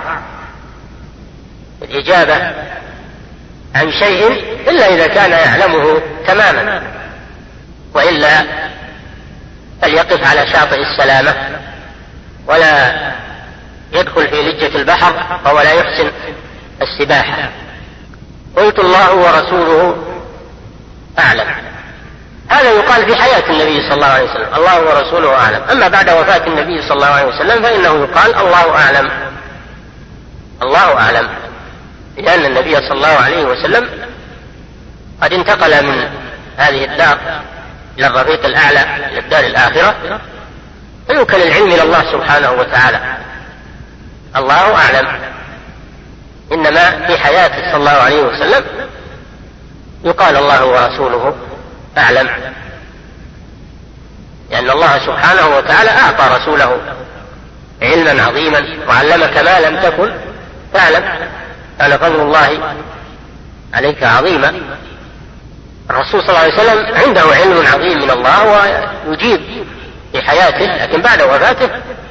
الإجابة عن شيء إلا إذا كان يعلمه تماما، وإلا فليقف على شاطئ السلامة ولا يدخل في لجة البحر وهو لا يحسن السباحة. قلت الله ورسوله أعلم. هذا يقال في حياة النبي صلى الله عليه وسلم: الله ورسوله أعلم. أما بعد وفاة النبي صلى الله عليه وسلم فإنه يقال: الله أعلم، الله أعلم، لأن النبي صلى الله عليه وسلم قد انتقل من هذه الدار إلى الرفيق الأعلى، إلى الدار الآخرة، فيوكل العلم إلى الله سبحانه وتعالى. الله أعلم. إنما في حياته صلى الله عليه وسلم يقال: الله ورسوله أعلم، لأن الله سبحانه وتعالى أعطى رسوله علما عظيما وعلمك ما لم تكن تعلم. كان فضل الله عليك عظيما. الرسول صلى الله عليه وسلم عنده علم عظيم من الله ويجيب في حياته، لكن بعد وفاته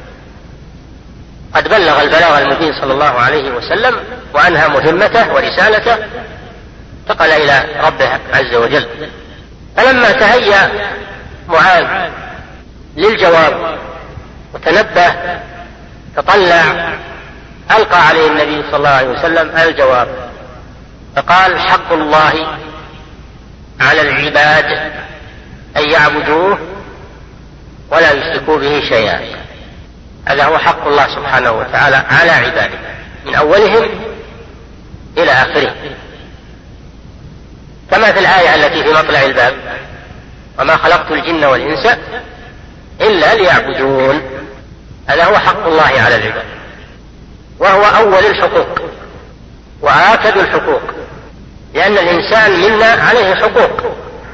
قد بلغ البلاغ المبين صلى الله عليه وسلم وأنهى مهمته ورسالته، انتقل إلى ربه عز وجل. فلما تهيأ معاذ للجواب وتنبه تطلع ألقى عليه النبي صلى الله عليه وسلم الجواب فقال: حق الله على العباد أن يعبدوه ولا يشركوا به شيئا. هذا هو حق الله سبحانه وتعالى على عباده من أولهم إلى آخره، كما في الآية التي في مطلع الباب: وما خلقت الجن والإنس إلا ليعبدون. هذا هو حق الله على العباد، وهو أول الحقوق وآكد الحقوق، لأن الإنسان منا عليه حقوق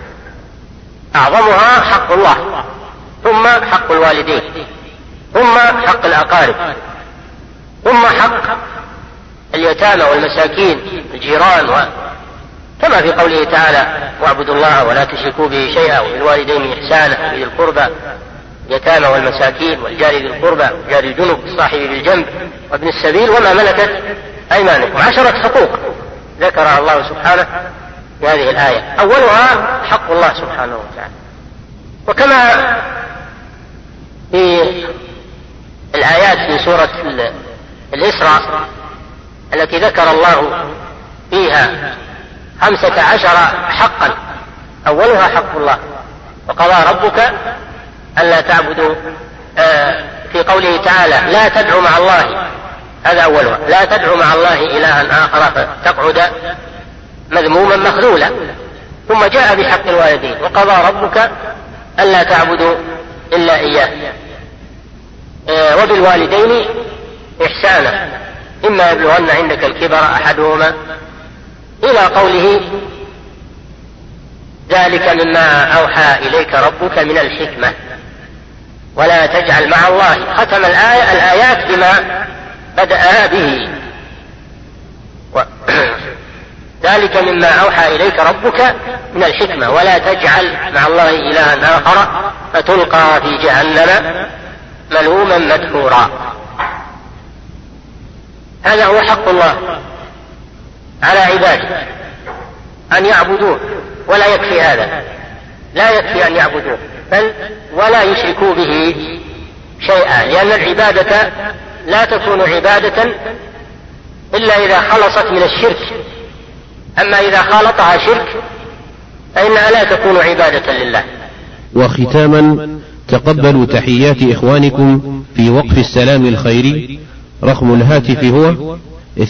أعظمها حق الله، ثم حق الوالدين، ثم حق الأقارب، ثم حق اليتامى والمساكين الجيران، كما في قوله تعالى: واعبدوا الله ولا تشركوا به شيئا وبالوالدين إحسانا وبذي القربى اليتامى والمساكين والجار ذي القربى والجار الجنب الصاحب بالجنب وابن السبيل وما ملكت أيمانكم. 10 حقوق ذكرها الله سبحانه في هذه الآية، أولها حق الله سبحانه وتعالى. وكما في الآيات في سورة الإسراء التي ذكر الله فيها 15 حقا، أولها حق الله: وقضى ربك ألا تعبدوا، في قوله تعالى: لا تدعوا مع الله، هذا أولها، لا تدعوا مع الله إلها آخر فتقعد مذموما مخذولا. ثم جاء بحق الوالدين: وقضى ربك ألا تعبدوا إلا إياه وبالوالدين إحسانا إما يبلغن عندك الكبر أحدهما، إلى قوله: ذلك مما أوحى إليك ربك من الحكمة ولا تجعل مع الله. ختم الآيات بما بدأ به: ذلك مما أوحى إليك ربك من الحكمة ولا تجعل مع الله إلها آخر فتلقى في جهنم ملوما مدحورا. هذا هو حق الله على عباده أن يعبدوه، ولا يكفي هذا، لا يكفي أن يعبدوه بل ولا يشركوا به شيئا، لأن العبادة لا تكون عبادة إلا إذا خلصت من الشرك، أما إذا خالطها شرك فإنها لا تكون عبادة لله. وختاما، تقبلوا تحيات إخوانكم في وقف السلام الخيري. رقم الهاتف هو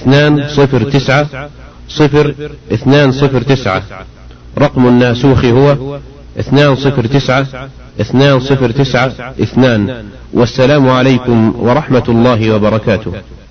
2090209. رقم الناسوخ هو 2092092. والسلام عليكم ورحمة الله وبركاته.